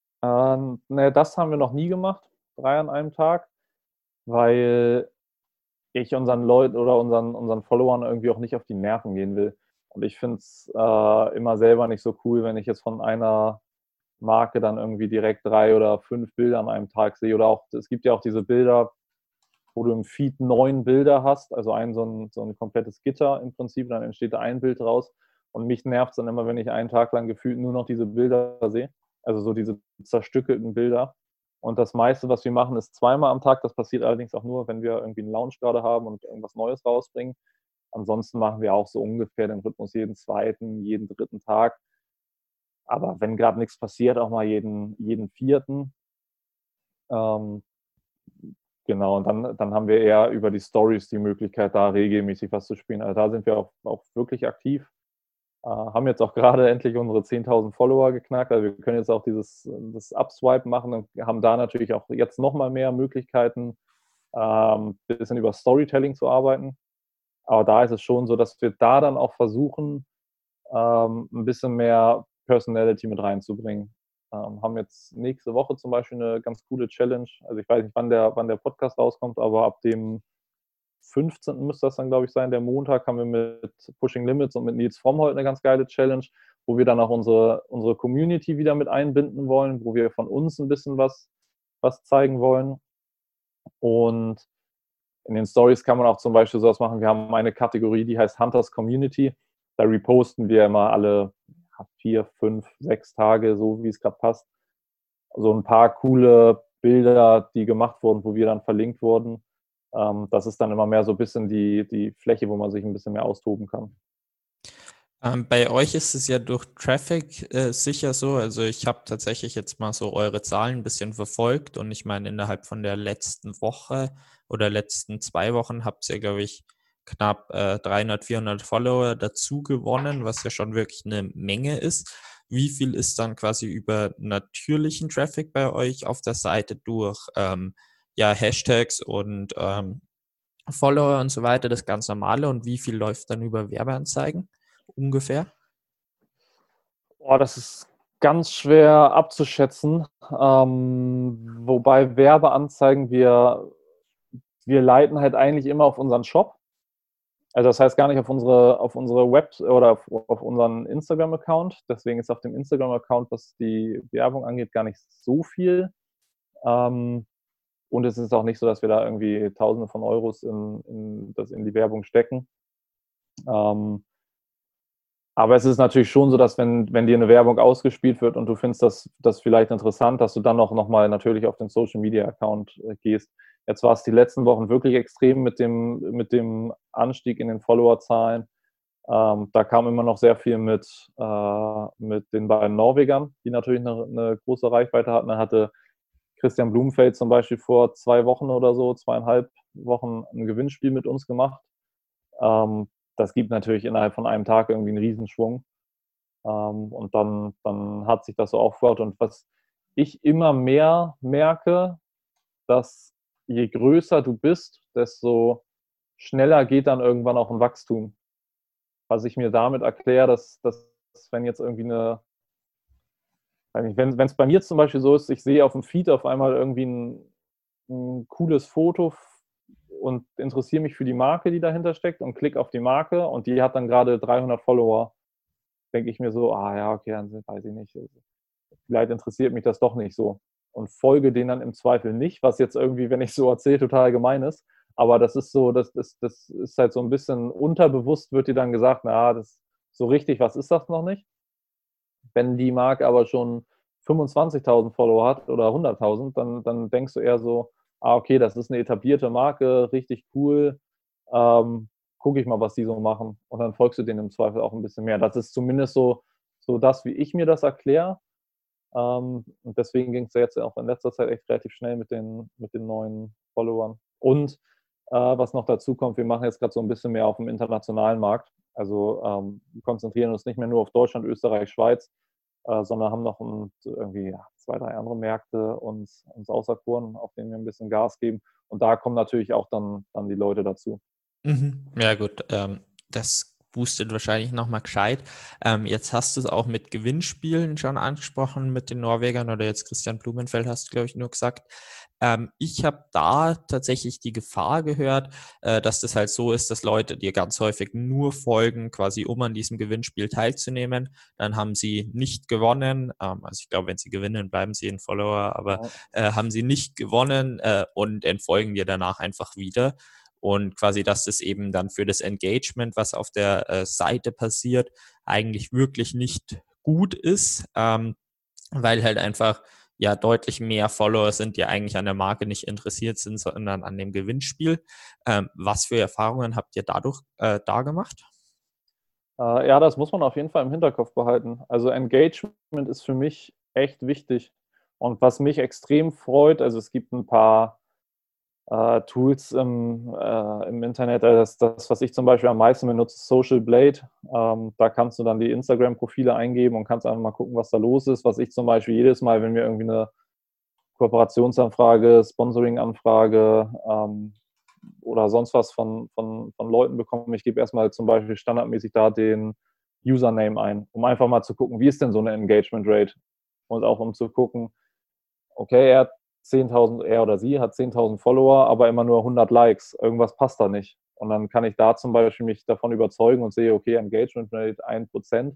Ne, das haben wir noch nie gemacht, 3 an einem Tag, weil ich unseren Leuten oder unseren Followern irgendwie auch nicht auf die Nerven gehen will. Und ich finde es immer selber nicht so cool, wenn ich jetzt von einer Marke dann irgendwie direkt 3 oder 5 Bilder an einem Tag sehe. Oder auch, es gibt ja auch diese Bilder, wo du im Feed 9 Bilder hast, also so ein komplettes Gitter im Prinzip, dann entsteht da ein Bild raus. Und mich nervt es dann immer, wenn ich einen Tag lang gefühlt nur noch diese Bilder sehe, also so diese zerstückelten Bilder. Und das meiste, was wir machen, ist zweimal am Tag. Das passiert allerdings auch nur, wenn wir irgendwie einen Lounge gerade haben und irgendwas Neues rausbringen. Ansonsten machen wir auch so ungefähr den Rhythmus jeden zweiten, jeden dritten Tag. Aber wenn gerade nichts passiert, auch mal jeden vierten. Ähm, Genau, und dann haben wir eher über die Stories die Möglichkeit, da regelmäßig was zu spielen. Also da sind wir auch wirklich aktiv. Haben jetzt auch gerade endlich unsere 10.000 Follower geknackt. Also wir können jetzt auch das Upswipe machen und haben da natürlich auch jetzt nochmal mehr Möglichkeiten, ein bisschen über Storytelling zu arbeiten. Aber da ist es schon so, dass wir da dann auch versuchen, ein bisschen mehr Personality mit reinzubringen. haben jetzt nächste Woche zum Beispiel eine ganz coole Challenge. Also ich weiß nicht, wann der Podcast rauskommt, aber ab dem 15. müsste das dann, glaube ich, sein, der Montag, haben wir mit Pushing Limits und mit Nils Frommholt eine ganz geile Challenge, wo wir dann auch unsere Community wieder mit einbinden wollen, wo wir von uns ein bisschen was zeigen wollen. Und in den Stories kann man auch zum Beispiel sowas machen. Wir haben eine Kategorie, die heißt Hunters Community. Da reposten wir immer alle 4, 5, 6 Tage, so wie es gerade passt, so ein paar coole Bilder, die gemacht wurden, wo wir dann verlinkt wurden. Das ist dann immer mehr so ein bisschen die Fläche, wo man sich ein bisschen mehr austoben kann. Bei euch ist es ja durch Traffic sicher so. Also ich habe tatsächlich jetzt mal so eure Zahlen ein bisschen verfolgt und ich meine, innerhalb von der letzten Woche oder letzten 2 Wochen habt ihr, glaube ich, knapp 300, 400 Follower dazu gewonnen, was ja schon wirklich eine Menge ist. Wie viel ist dann quasi über natürlichen Traffic bei euch auf der Seite durch ja, Hashtags und Follower und so weiter, das ganz normale, und wie viel läuft dann über Werbeanzeigen ungefähr? Oh, das ist ganz schwer abzuschätzen. Wobei Werbeanzeigen, wir leiten halt eigentlich immer auf unseren Shop. Also das heißt gar nicht auf unsere Web oder auf unseren Instagram-Account. Deswegen ist auf dem Instagram-Account, was die Werbung angeht, gar nicht so viel. Und es ist auch nicht so, dass wir da irgendwie Tausende von Euros in die Werbung stecken. Aber es ist natürlich schon so, dass wenn dir eine Werbung ausgespielt wird und du findest das vielleicht interessant, dass du dann noch mal natürlich auf den Social-Media-Account gehst. Jetzt war es die letzten Wochen wirklich extrem mit dem Anstieg in den Followerzahlen. Da kam immer noch sehr viel mit den beiden Norwegern, die natürlich eine große Reichweite hatten. Da hatte Christian Blumenfeld zum Beispiel vor 2 Wochen oder so, 2,5 Wochen, ein Gewinnspiel mit uns gemacht. Das gibt natürlich innerhalb von einem Tag irgendwie einen Riesenschwung. Und dann hat sich das so aufgebaut. Und was ich immer mehr merke, dass je größer du bist, desto schneller geht dann irgendwann auch ein Wachstum. Was ich mir damit erkläre, dass wenn jetzt irgendwie wenn es bei mir zum Beispiel so ist, ich sehe auf dem Feed auf einmal irgendwie ein cooles Foto und interessiere mich für die Marke, die dahinter steckt, und klicke auf die Marke und die hat dann gerade 300 Follower, denke ich mir so, ja, okay, dann weiß ich nicht. Vielleicht interessiert mich das doch nicht so. Und folge denen dann im Zweifel nicht, was jetzt irgendwie, wenn ich so erzähle, total gemein ist. Aber das ist so, das ist halt so ein bisschen unterbewusst, wird dir dann gesagt, na, das so richtig, was ist das noch nicht? Wenn die Marke aber schon 25.000 Follower hat oder 100.000, dann denkst du eher so, okay, das ist eine etablierte Marke, richtig cool, gucke ich mal, was die so machen. Und dann folgst du denen im Zweifel auch ein bisschen mehr. Das ist zumindest so das, wie ich mir das erkläre. Und deswegen ging es ja jetzt auch in letzter Zeit echt relativ schnell mit den neuen Followern. Und was noch dazu kommt, wir machen jetzt gerade so ein bisschen mehr auf dem internationalen Markt. Also wir konzentrieren uns nicht mehr nur auf Deutschland, Österreich, Schweiz, sondern haben noch irgendwie 2, 3 andere Märkte uns auserkoren, auf denen wir ein bisschen Gas geben. Und da kommen natürlich auch dann die Leute dazu. Mhm. Ja gut, das boostet wahrscheinlich nochmal gescheit. Jetzt hast du es auch mit Gewinnspielen schon angesprochen mit den Norwegern, oder jetzt Christian Blumenfeld hast du, glaube ich, nur gesagt. Ich habe da tatsächlich die Gefahr gehört, dass das halt so ist, dass Leute dir ganz häufig nur folgen, quasi um an diesem Gewinnspiel teilzunehmen. Dann haben sie nicht gewonnen. Also ich glaube, wenn sie gewinnen, bleiben sie ein Follower, aber haben sie nicht gewonnen und entfolgen dir danach einfach wieder. Und quasi, dass das eben dann für das Engagement, was auf der Seite passiert, eigentlich wirklich nicht gut ist, weil halt einfach ja deutlich mehr Follower sind, die eigentlich an der Marke nicht interessiert sind, sondern an dem Gewinnspiel. Was für Erfahrungen habt ihr dadurch da gemacht? Ja, das muss man auf jeden Fall im Hinterkopf behalten. Also Engagement ist für mich echt wichtig. Und was mich extrem freut, also es gibt ein paar Tools im Internet. Das, was ich zum Beispiel am meisten benutze, Social Blade. Da kannst du dann die Instagram-Profile eingeben und kannst einfach mal gucken, was da los ist. Was ich zum Beispiel jedes Mal, wenn wir irgendwie eine Kooperationsanfrage, Sponsoring-Anfrage oder sonst was von Leuten bekomme, ich gebe erstmal zum Beispiel standardmäßig da den Username ein, um einfach mal zu gucken, wie ist denn so eine Engagement Rate? und auch um zu gucken, okay, er oder sie hat 10.000 Follower, aber immer nur 100 Likes. Irgendwas passt da nicht. Und dann kann ich da zum Beispiel mich davon überzeugen und sehe, okay, Engagement Rate 1%.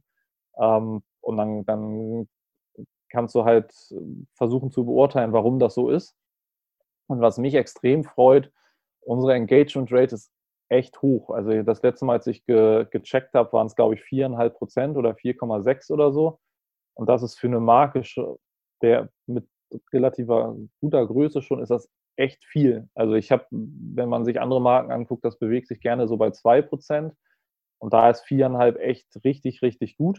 Und dann kannst du halt versuchen zu beurteilen, warum das so ist. Und was mich extrem freut, unsere Engagement Rate ist echt hoch. Also das letzte Mal, als ich gecheckt habe, waren es, glaube ich, 4,5% oder 4,6 oder so. Und das ist für eine Marke, der mit relativer guter Größe schon, ist das echt viel. Also ich habe, wenn man sich andere Marken anguckt, das bewegt sich gerne so bei 2%. Und da ist 4,5 echt richtig, richtig gut.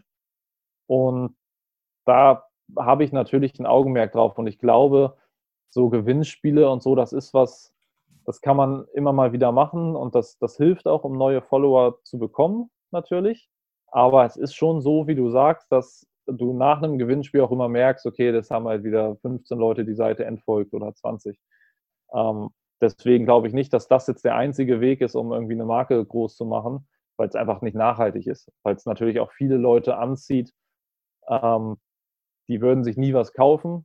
Und da habe ich natürlich ein Augenmerk drauf. Und ich glaube, so Gewinnspiele und so, das ist was, das kann man immer mal wieder machen und das hilft auch, um neue Follower zu bekommen, natürlich. Aber es ist schon so, wie du sagst, dass du nach einem Gewinnspiel auch immer merkst, okay, das haben halt wieder 15 Leute die Seite entfolgt oder 20. Ähm, Deswegen glaube ich nicht, dass das jetzt der einzige Weg ist, um irgendwie eine Marke groß zu machen, weil es einfach nicht nachhaltig ist. Weil es natürlich auch viele Leute anzieht, ähm, die würden sich nie was kaufen.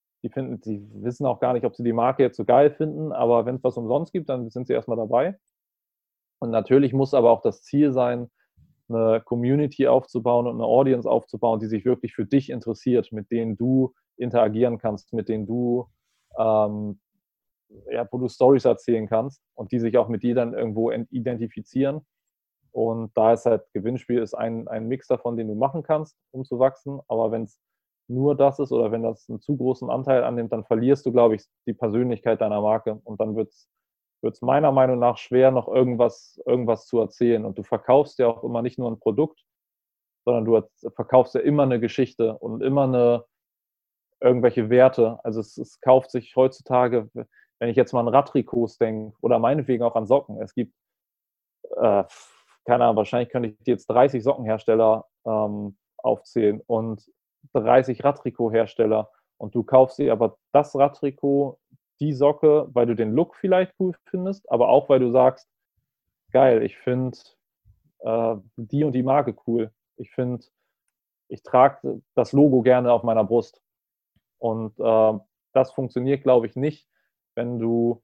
Die wissen auch gar nicht, ob sie die Marke jetzt so geil finden, aber wenn es was umsonst gibt, dann sind sie erstmal dabei. Und natürlich muss aber auch das Ziel sein, eine Community aufzubauen und eine Audience aufzubauen, die sich wirklich für dich interessiert, mit denen du interagieren kannst, mit denen du, ähm, ja, wo du Stories erzählen kannst und die sich auch mit dir dann irgendwo identifizieren. Und da ist halt Gewinnspiel ist ein Mix davon, den du machen kannst, um zu wachsen. Aber wenn es nur das ist oder wenn das einen zu großen Anteil annimmt, dann verlierst du, glaube ich, die Persönlichkeit deiner Marke. Und dann wird es meiner Meinung nach schwer, noch irgendwas zu erzählen. Und du verkaufst ja auch immer nicht nur ein Produkt, sondern du verkaufst ja immer eine Geschichte und immer irgendwelche Werte. Also es kauft sich heutzutage, wenn ich jetzt mal an Radtrikots denke oder meinetwegen auch an Socken. Es gibt äh, keine Ahnung, wahrscheinlich könnte ich dir jetzt 30 Sockenhersteller aufzählen und 30 Radtrikothersteller und du kaufst dir aber das Radtrikot, die Socke, weil du den Look vielleicht cool findest, aber auch weil du sagst, geil, ich finde die und die Marke cool. Ich trage das Logo gerne auf meiner Brust. Und das funktioniert, glaube ich, nicht, wenn du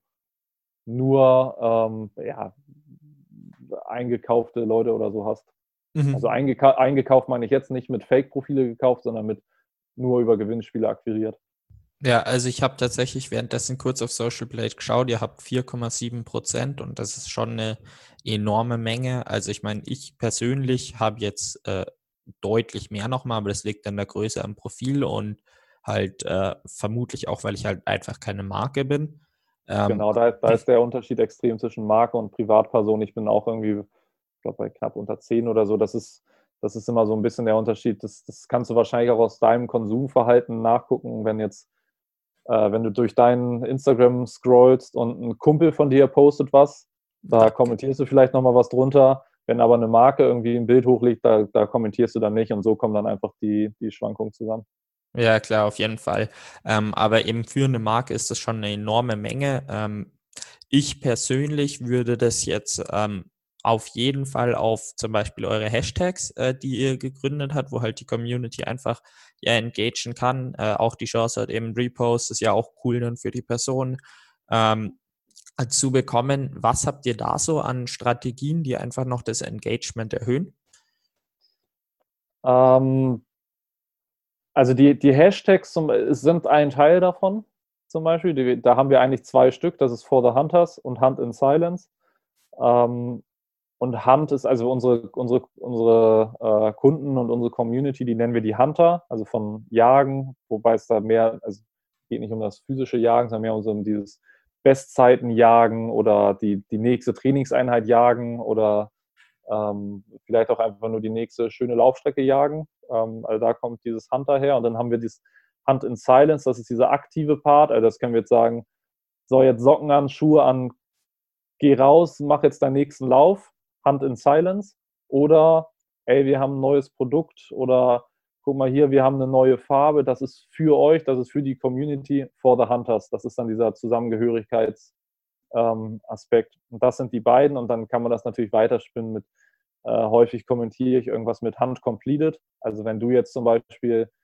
nur ja, eingekaufte Leute oder so hast. Also Mhm. eingekauft meine ich jetzt nicht mit Fake-Profile gekauft, sondern mit nur über Gewinnspiele akquiriert. Ja, also ich habe tatsächlich währenddessen kurz auf Social Blade geschaut. Ihr habt 4,7% und das ist schon eine enorme Menge. Also ich meine, ich persönlich habe jetzt deutlich mehr nochmal, aber das liegt an der Größe am Profil und halt vermutlich auch, weil ich halt einfach keine Marke bin. Ähm, Genau, da ist der Unterschied extrem zwischen Marke und Privatperson. Ich bin auch irgendwie, ich glaube, bei knapp unter 10 oder so. Das ist immer so ein bisschen der Unterschied. Das kannst du wahrscheinlich auch aus deinem Konsumverhalten nachgucken, wenn du durch deinen Instagram scrollst und ein Kumpel von dir postet was, da Danke. kommentierst du vielleicht nochmal was drunter. Wenn aber eine Marke irgendwie ein Bild hochlegt, da kommentierst du dann nicht und so kommen dann einfach die Schwankungen zusammen. Ja, klar, auf jeden Fall. Aber eben für eine Marke ist das schon eine enorme Menge. Ich persönlich würde das jetzt auf jeden Fall auf zum Beispiel eure Hashtags, die ihr gegründet habt, wo halt die Community einfach ja engagieren kann, auch die Chance hat, eben Repost, ist ja auch cool dann für die Person, ähm, zu bekommen. Was habt ihr da so an Strategien, die einfach noch das Engagement erhöhen? Ähm, also die Hashtags sind ein Teil davon, zum Beispiel. Da haben wir eigentlich zwei Stück, das ist For the Hunters und Hunt in Silence. Ähm, und Hunt ist also unsere Kunden und unsere Community, die nennen wir die Hunter, also von Jagen, wobei es da mehr, also geht nicht um das physische Jagen, sondern mehr um dieses Bestzeiten jagen oder die nächste Trainingseinheit jagen oder vielleicht auch einfach nur die nächste schöne Laufstrecke jagen. Also da kommt dieses Hunter her und dann haben wir dieses Hunt in Silence, das ist dieser aktive Part, also das können wir jetzt sagen, so jetzt Socken an, Schuhe an, geh raus, mach jetzt deinen nächsten Lauf, Hunt in Silence. Oder, ey, wir haben ein neues Produkt oder guck mal hier, wir haben eine neue Farbe, das ist für euch, das ist für die Community, for the Hunters. Das ist dann dieser Zusammengehörigkeitsaspekt. Und das sind die beiden und dann kann man das natürlich weiterspinnen mit, häufig kommentiere ich irgendwas mit Hunt completed. Also wenn du jetzt zum Beispiel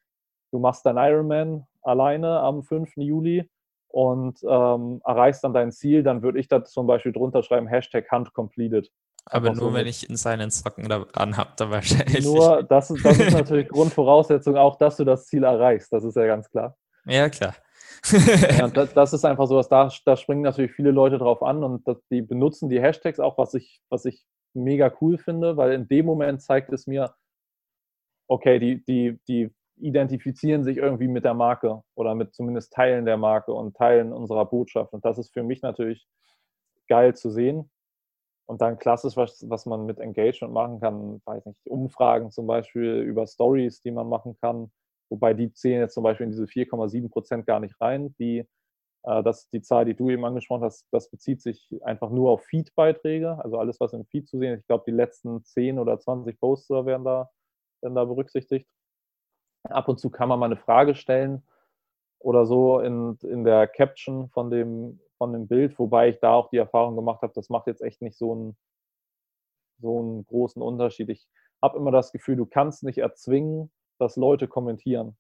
du machst dein Ironman alleine am 5. Juli und erreichst dann dein Ziel, dann würde ich da zum Beispiel drunter schreiben, Hashtag Hunt completed. Aber Einfach nur, so wenn mit. ich in seinen Socken da anhab, da wahrscheinlich. Nur, das ist natürlich Grundvoraussetzung auch, dass du das Ziel erreichst. Das ist ja ganz klar. Ja, klar. Ja, und das ist einfach so, dass da springen natürlich viele Leute drauf an und die benutzen die Hashtags auch, was ich mega cool finde, weil in dem Moment zeigt es mir, okay, die identifizieren sich irgendwie mit der Marke oder mit zumindest Teilen der Marke und Teilen unserer Botschaft. Und das ist für mich natürlich geil zu sehen. Und dann klassisch, was man mit Engagement machen kann, weiß nicht, Umfragen zum Beispiel über Stories, die man machen kann. Wobei die zählen jetzt zum Beispiel in diese 4,7% gar nicht rein. Das ist die Zahl, die du eben angesprochen hast, das bezieht sich einfach nur auf Feed-Beiträge, also alles, was im Feed zu sehen ist. Ich glaube, die letzten 10 oder 20 Poster werden da berücksichtigt. Ab und zu kann man mal eine Frage stellen oder so in der Caption von dem Bild, wobei ich da auch die Erfahrung gemacht habe, das macht jetzt echt nicht so einen großen Unterschied. Ich habe immer das Gefühl, du kannst nicht erzwingen, dass Leute kommentieren.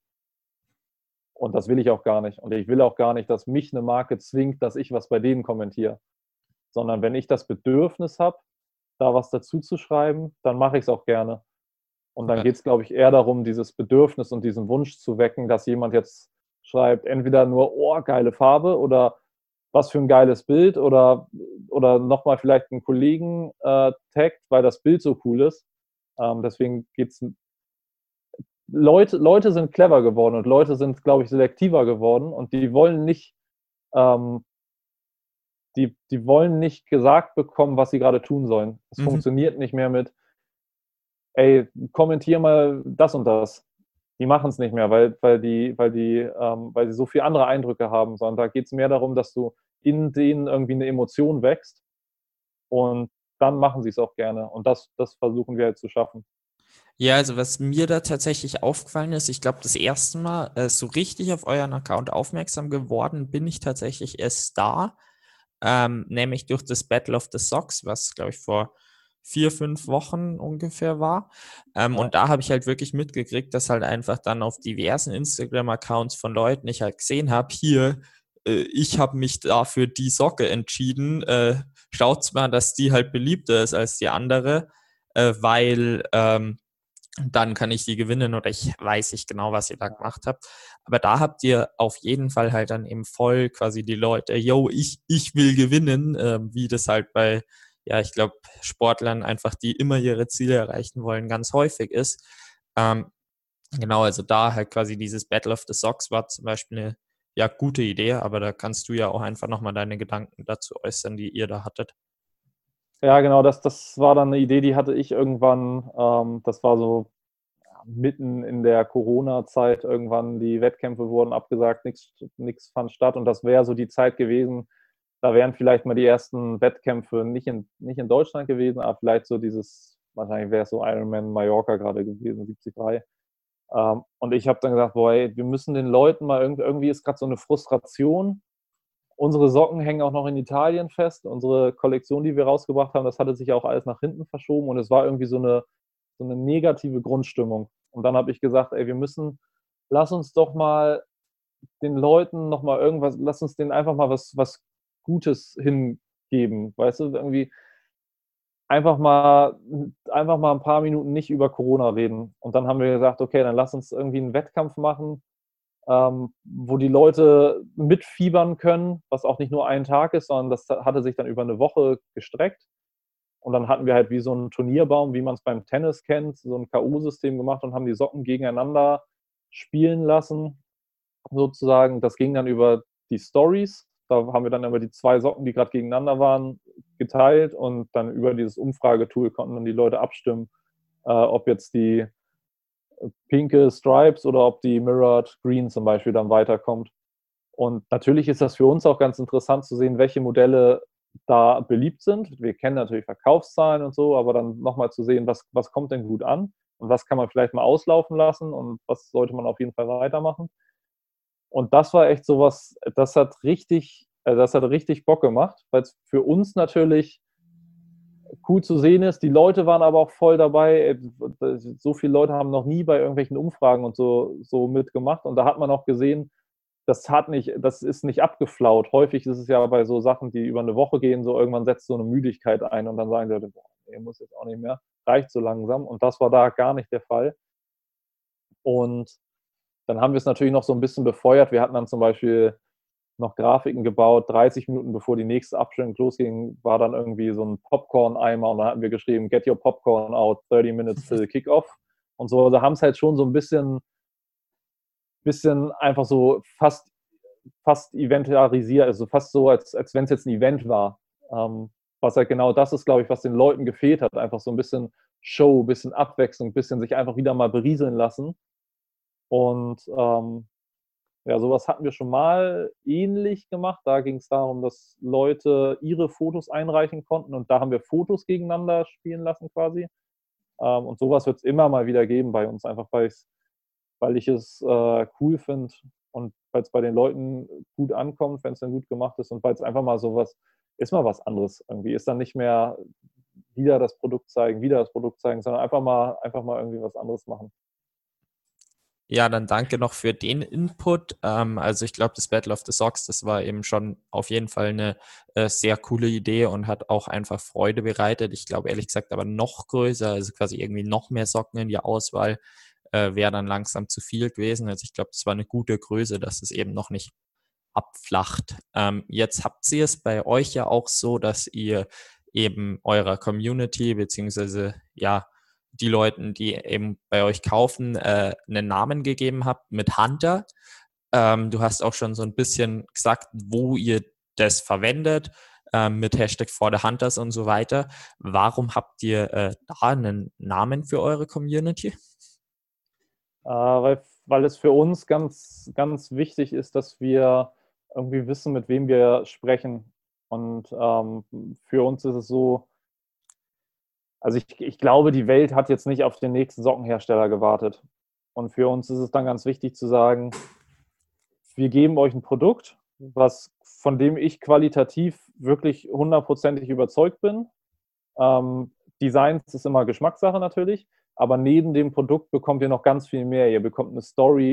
Und das will ich auch gar nicht. Und ich will auch gar nicht, dass mich eine Marke zwingt, dass ich was bei denen kommentiere. Sondern wenn ich das Bedürfnis habe, da was dazu zu schreiben, dann mache ich es auch gerne. Und dann Ja. geht es, glaube ich, eher darum, dieses Bedürfnis und diesen Wunsch zu wecken, dass jemand jetzt schreibt, entweder nur, oh, geile Farbe oder was für ein geiles Bild oder nochmal vielleicht einen Kollegen taggt, weil das Bild so cool ist. Deswegen geht es. Leute sind clever geworden und Leute sind, glaube ich, selektiver geworden und ähm, die wollen nicht gesagt bekommen, was sie gerade tun sollen. Es Mhm. funktioniert nicht mehr mit, ey, kommentier mal das und das. Die machen es nicht mehr, weil sie so viele andere Eindrücke haben, sondern da geht es mehr darum, dass du in denen irgendwie eine Emotion wächst und dann machen sie es auch gerne. Und das versuchen wir halt zu schaffen. Ja, also was mir da tatsächlich aufgefallen ist, ich glaube, das erste Mal so richtig auf euren Account aufmerksam geworden bin ich tatsächlich erst da, nämlich durch das Battle of the Socks, was, glaube ich, vor 4, 5 Wochen ungefähr war. Ja. Und da habe ich halt wirklich mitgekriegt, dass halt einfach dann auf diversen Instagram-Accounts von Leuten ich halt gesehen habe, hier, ich habe mich da für die Socke entschieden, schaut's mal, dass die halt beliebter ist als die andere, weil dann kann ich die gewinnen oder ich weiß nicht genau, was ihr da gemacht habt. Aber da habt ihr auf jeden Fall halt dann eben voll quasi die Leute, yo, ich will gewinnen, wie das halt bei, ja, ich glaube, Sportlern einfach, die immer ihre Ziele erreichen wollen, ganz häufig ist. Ähm, genau, also da halt quasi dieses Battle of the Socks war zum Beispiel eine, ja, gute Idee, aber da kannst du ja auch einfach nochmal deine Gedanken dazu äußern, die ihr da hattet. Ja, genau, das war dann eine Idee, die hatte ich irgendwann. Das war so mitten in der Corona-Zeit irgendwann, die Wettkämpfe wurden abgesagt, nichts fand statt und das wäre so die Zeit gewesen, da wären vielleicht mal die ersten Wettkämpfe nicht in Deutschland gewesen, aber vielleicht so wahrscheinlich wäre es so Ironman Mallorca gerade gewesen, 73. Und ich habe dann gesagt, boah, ey, wir müssen den Leuten mal irgendwie ist gerade so eine Frustration. Unsere Socken hängen auch noch in Italien fest. Unsere Kollektion, die wir rausgebracht haben, das hatte sich ja auch alles nach hinten verschoben und es war irgendwie so eine negative Grundstimmung. Und dann habe ich gesagt, ey, lass uns doch mal den Leuten noch mal irgendwas, lass uns denen einfach mal was Gutes hingeben. Weißt du, irgendwie einfach mal, einfach mal ein paar Minuten nicht über Corona reden. Und dann haben wir gesagt, okay, dann lass uns irgendwie einen Wettkampf machen, wo die Leute mitfiebern können, was auch nicht nur ein Tag ist, sondern das hatte sich dann über eine Woche gestreckt. Und dann hatten wir halt wie so einen Turnierbaum, wie man es beim Tennis kennt, so ein K.O.-System gemacht und haben die Socken gegeneinander spielen lassen, sozusagen. Das ging dann über die Stories. Da haben wir dann über die zwei Socken, die gerade gegeneinander waren, geteilt und dann über dieses Umfragetool konnten dann die Leute abstimmen, ob jetzt die pinke Stripes oder ob die Mirrored Green zum Beispiel dann weiterkommt. Und natürlich ist das für uns auch ganz interessant zu sehen, welche Modelle da beliebt sind. Wir kennen natürlich Verkaufszahlen und so, aber dann nochmal zu sehen, was kommt denn gut an und was kann man vielleicht mal auslaufen lassen und was sollte man auf jeden Fall weitermachen. Und das war echt sowas, das hat richtig Bock gemacht, weil es für uns natürlich cool zu sehen ist. Die Leute waren aber auch voll dabei. So viele Leute haben noch nie bei irgendwelchen Umfragen und so mitgemacht. Und da hat man auch gesehen, das ist nicht abgeflaut. Häufig ist es ja bei so Sachen, die über eine Woche gehen, so irgendwann setzt so eine Müdigkeit ein und dann sagen die Leute, boah, nee, muss jetzt auch nicht mehr, reicht so langsam. Und das war da gar nicht der Fall. Und dann haben wir es natürlich noch so ein bisschen befeuert. Wir hatten dann zum Beispiel noch Grafiken gebaut. 30 Minuten bevor die nächste Abstimmung losging, war dann irgendwie so ein Popcorn-Eimer und da hatten wir geschrieben, get your popcorn out, 30 minutes till kickoff und so. Also haben es halt schon so ein bisschen einfach so fast eventarisiert, also fast so, als wenn es jetzt ein Event war. Was halt genau das ist, glaube ich, was den Leuten gefehlt hat. Einfach so ein bisschen Show, ein bisschen Abwechslung, ein bisschen sich einfach wieder mal berieseln lassen. Und ja, sowas hatten wir schon mal ähnlich gemacht. Da ging es darum, dass Leute ihre Fotos einreichen konnten und da haben wir Fotos gegeneinander spielen lassen quasi. Und sowas wird es immer mal wieder geben bei uns, einfach weil ich es cool finde und weil es bei den Leuten gut ankommt, wenn es dann gut gemacht ist und weil es einfach mal sowas ist, mal was anderes irgendwie. Ist dann nicht mehr wieder das Produkt zeigen, sondern einfach mal irgendwie was anderes machen. Ja, dann danke noch für den Input. Also ich glaube, das Battle of the Socks, das war eben schon auf jeden Fall eine sehr coole Idee und hat auch einfach Freude bereitet. Ich glaube ehrlich gesagt aber noch größer, also quasi irgendwie noch mehr Socken in die Auswahl, wäre dann langsam zu viel gewesen. Also ich glaube, das war eine gute Größe, dass es eben noch nicht abflacht. Jetzt habt ihr es bei euch ja auch so, dass ihr eben eurer Community beziehungsweise ja die Leuten, die eben bei euch kaufen, einen Namen gegeben habt mit Hunter. Du hast auch schon so ein bisschen gesagt, wo ihr das verwendet, mit Hashtag for the Hunters und so weiter. Warum habt ihr da einen Namen für eure Community? Weil es für uns ganz, ganz wichtig ist, dass wir irgendwie wissen, mit wem wir sprechen. Und für uns ist es so, also ich glaube, die Welt hat jetzt nicht auf den nächsten Sockenhersteller gewartet. Und für uns ist es dann ganz wichtig zu sagen, wir geben euch ein Produkt, von dem ich qualitativ wirklich hundertprozentig überzeugt bin. Designs ist immer Geschmackssache natürlich, aber neben dem Produkt bekommt ihr noch ganz viel mehr. Ihr bekommt eine Story,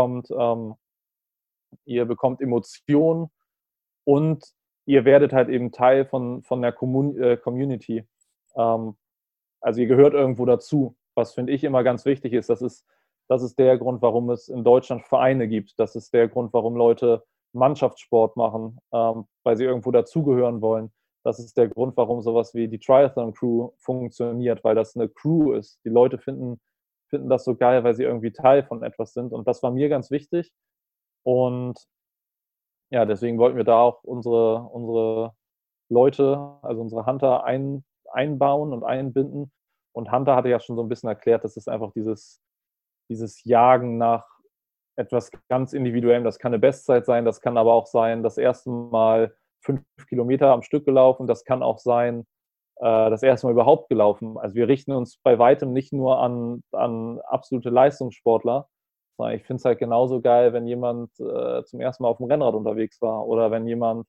ihr bekommt Emotionen und ihr werdet halt eben Teil von der Community. Also ihr gehört irgendwo dazu, was finde ich immer ganz wichtig ist. Das ist der Grund, warum es in Deutschland Vereine gibt. Das ist der Grund, warum Leute Mannschaftssport machen, weil sie irgendwo dazugehören wollen. Das ist der Grund, warum sowas wie die Triathlon Crew funktioniert, weil das eine Crew ist. Die Leute finden das so geil, weil sie irgendwie Teil von etwas sind. Und das war mir ganz wichtig. Und ja, deswegen wollten wir da auch unsere Leute, also unsere Hunter einbauen und einbinden. Und Hunter hatte ja schon so ein bisschen erklärt, das ist einfach dieses Jagen nach etwas ganz Individuellem. Das kann eine Bestzeit sein, das kann aber auch sein, das erste Mal 5 Kilometer am Stück gelaufen, das kann auch sein, das erste Mal überhaupt gelaufen. Also wir richten uns bei weitem nicht nur an absolute Leistungssportler, sondern ich finde es halt genauso geil, wenn jemand zum ersten Mal auf dem Rennrad unterwegs war oder wenn jemand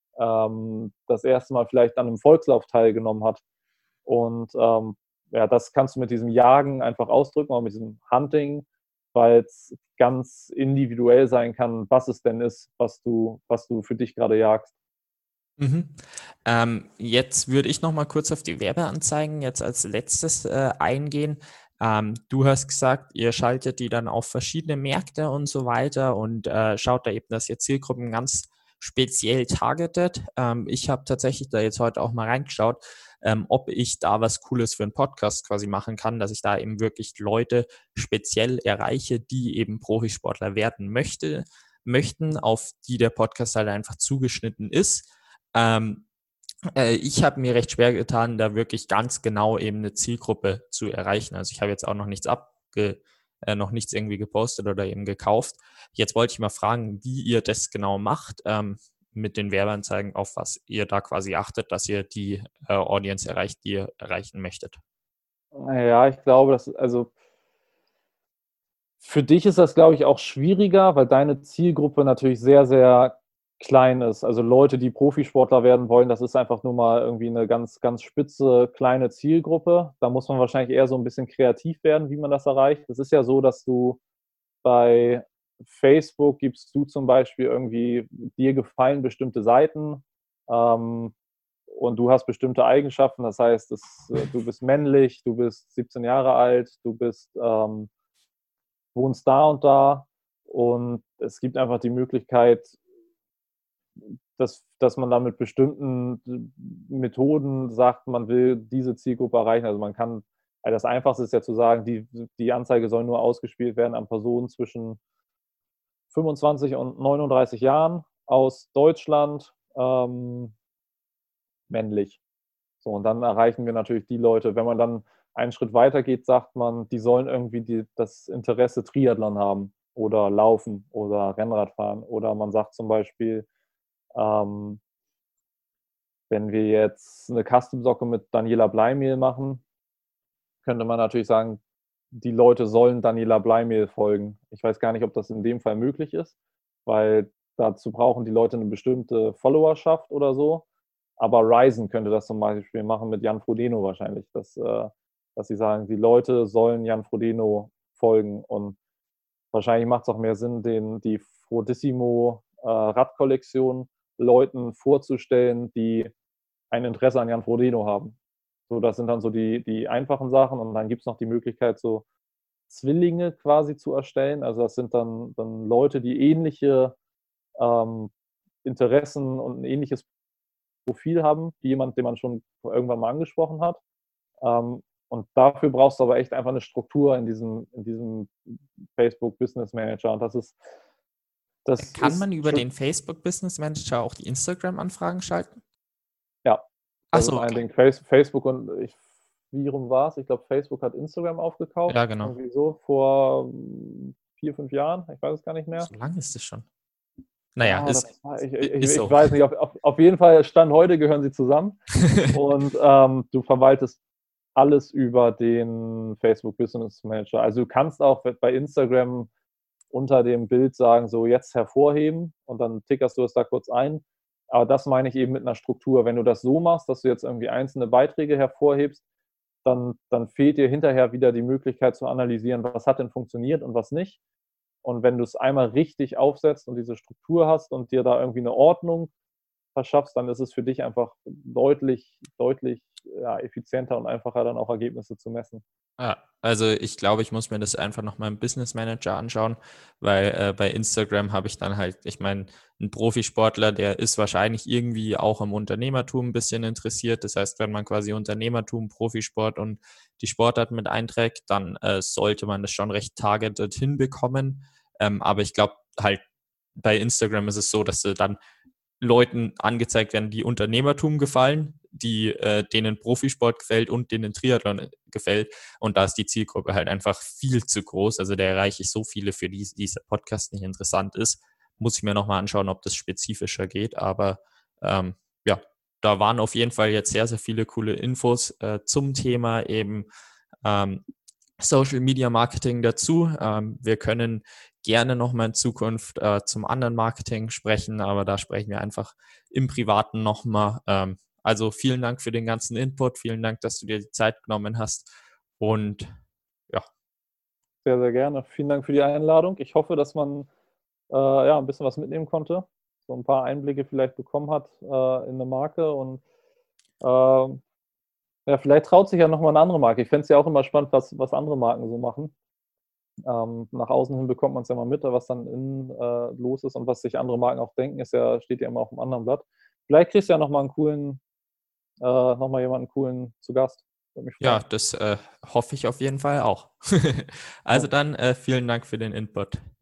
das erste Mal vielleicht an einem Volkslauf teilgenommen hat. Und ja, das kannst du mit diesem Jagen einfach ausdrücken, auch mit diesem Hunting, weil es ganz individuell sein kann, was es denn ist, was du für dich gerade jagst. Mhm. Jetzt würde ich noch mal kurz auf die Werbeanzeigen jetzt als letztes eingehen. Du hast gesagt, ihr schaltet die dann auf verschiedene Märkte und so weiter und schaut da eben, dass ihr Zielgruppen ganz speziell targetet. Ich habe tatsächlich da jetzt heute auch mal reingeschaut, ob ich da was Cooles für einen Podcast quasi machen kann, dass ich da eben wirklich Leute speziell erreiche, die eben Profisportler werden möchten, auf die der Podcast halt einfach zugeschnitten ist. Ähm, Ich habe mir recht schwer getan, da wirklich ganz genau eben eine Zielgruppe zu erreichen. Also ich habe jetzt auch noch nichts irgendwie gepostet oder eben gekauft. Jetzt wollte ich mal fragen, wie ihr das genau macht, mit den Werbeanzeigen, auf was ihr da quasi achtet, dass ihr die Audience erreicht, die ihr erreichen möchtet. Ja, ich glaube, also für dich ist das, glaube ich, auch schwieriger, weil deine Zielgruppe natürlich sehr, sehr klein ist. Also Leute, die Profisportler werden wollen, das ist einfach nur mal irgendwie eine ganz, ganz spitze, kleine Zielgruppe. Da muss man wahrscheinlich eher so ein bisschen kreativ werden, wie man das erreicht. Es ist ja so, dass du bei Facebook gibst du zum Beispiel irgendwie, dir gefallen bestimmte Seiten, und du hast bestimmte Eigenschaften. Das heißt, du bist männlich, du bist 17 Jahre alt, wohnst da und da. Und es gibt einfach die Möglichkeit, dass man da mit bestimmten Methoden sagt, man will diese Zielgruppe erreichen. Also man kann, das Einfachste ist ja zu sagen, die Anzeige soll nur ausgespielt werden an Personen zwischen 25 und 39 Jahren aus Deutschland, männlich. So, und dann erreichen wir natürlich die Leute. Wenn man dann einen Schritt weiter geht, sagt man, die sollen irgendwie das Interesse Triathlon haben oder Laufen oder Rennradfahren. Oder man sagt zum Beispiel, ähm, wenn wir jetzt eine Custom-Socke mit Daniela Bleimehl machen, könnte man natürlich sagen, die Leute sollen Daniela Bleimehl folgen. Ich weiß gar nicht, ob das in dem Fall möglich ist, weil dazu brauchen die Leute eine bestimmte Followerschaft oder so. Aber Ryzen könnte das zum Beispiel machen mit Jan Frodeno wahrscheinlich, dass sie sagen, die Leute sollen Jan Frodeno folgen. Und wahrscheinlich macht es auch mehr Sinn, die Frodissimo Radkollektion Leuten vorzustellen, die ein Interesse an Jan Frodeno haben. So, das sind dann so die einfachen Sachen. Und dann gibt es noch die Möglichkeit, so Zwillinge quasi zu erstellen. Also das sind dann Leute, die ähnliche Interessen und ein ähnliches Profil haben, wie jemand, den man schon irgendwann mal angesprochen hat. Und dafür brauchst du aber echt einfach eine Struktur in diesem Facebook Business Manager. Und das Kann man ist über schon, den Facebook Business Manager auch die Instagram-Anfragen schalten? ja, Ach das ist so, ein okay. Ding. Facebook wie rum war es? Ich glaube, Facebook hat Instagram aufgekauft, Ja, genau. irgendwie so vor 4, 5 Jahren. Ich weiß es gar nicht mehr. So lange ist es schon. Naja, Ja, ist ich so. weiß nicht. Auf jeden Fall, Stand heute gehören sie zusammen. Und du verwaltest alles über den Facebook Business Manager. Also du kannst auch bei Instagram unter dem Bild sagen, so jetzt hervorheben und dann tickerst du es da kurz ein. Aber das meine ich eben mit einer Struktur. Wenn du das so machst, dass du jetzt irgendwie einzelne Beiträge hervorhebst, dann fehlt dir hinterher wieder die Möglichkeit zu analysieren, was hat denn funktioniert und was nicht. Und wenn du es einmal richtig aufsetzt und diese Struktur hast und dir da irgendwie eine Ordnung verschaffst, dann ist es für dich einfach deutlich, deutlich ja, effizienter und einfacher, dann auch Ergebnisse zu messen. Ja, also ich glaube, ich muss mir das einfach noch mal im Business Manager anschauen, weil bei Instagram habe ich dann halt, ich meine, ein Profisportler, der ist wahrscheinlich irgendwie auch am Unternehmertum ein bisschen interessiert. Das heißt, wenn man quasi Unternehmertum, Profisport und die Sportart mit einträgt, dann sollte man das schon recht targeted hinbekommen. Aber ich glaube halt, bei Instagram ist es so, dass du dann Leuten angezeigt werden, die Unternehmertum gefallen, denen Profisport gefällt und denen Triathlon gefällt. Und da ist die Zielgruppe halt einfach viel zu groß. Also da erreiche ich so viele, für die dieser Podcast nicht interessant ist. Muss ich mir nochmal anschauen, ob das spezifischer geht. Aber ja, da waren auf jeden Fall jetzt sehr, sehr viele coole Infos zum Thema eben ähm, Social Media Marketing dazu. Wir können gerne nochmal in Zukunft zum anderen Marketing sprechen, aber da sprechen wir einfach im Privaten nochmal. Also vielen Dank für den ganzen Input, vielen Dank, dass du dir die Zeit genommen hast und ja. Sehr, sehr gerne. Vielen Dank für die Einladung. Ich hoffe, dass man ja, ein bisschen was mitnehmen konnte, so ein paar Einblicke vielleicht bekommen hat in eine Marke und ja, vielleicht traut sich ja nochmal eine andere Marke. Ich fände es ja auch immer spannend, was andere Marken so machen. Nach außen hin bekommt man es ja mal mit, was dann innen los ist und was sich andere Marken auch denken, steht ja immer auf dem anderen Blatt. Vielleicht kriegst du ja nochmal nochmal jemanden coolen zu Gast. Würde mich Ja, freuen. das hoffe ich auf jeden Fall auch. Also Ja. dann vielen Dank für den Input.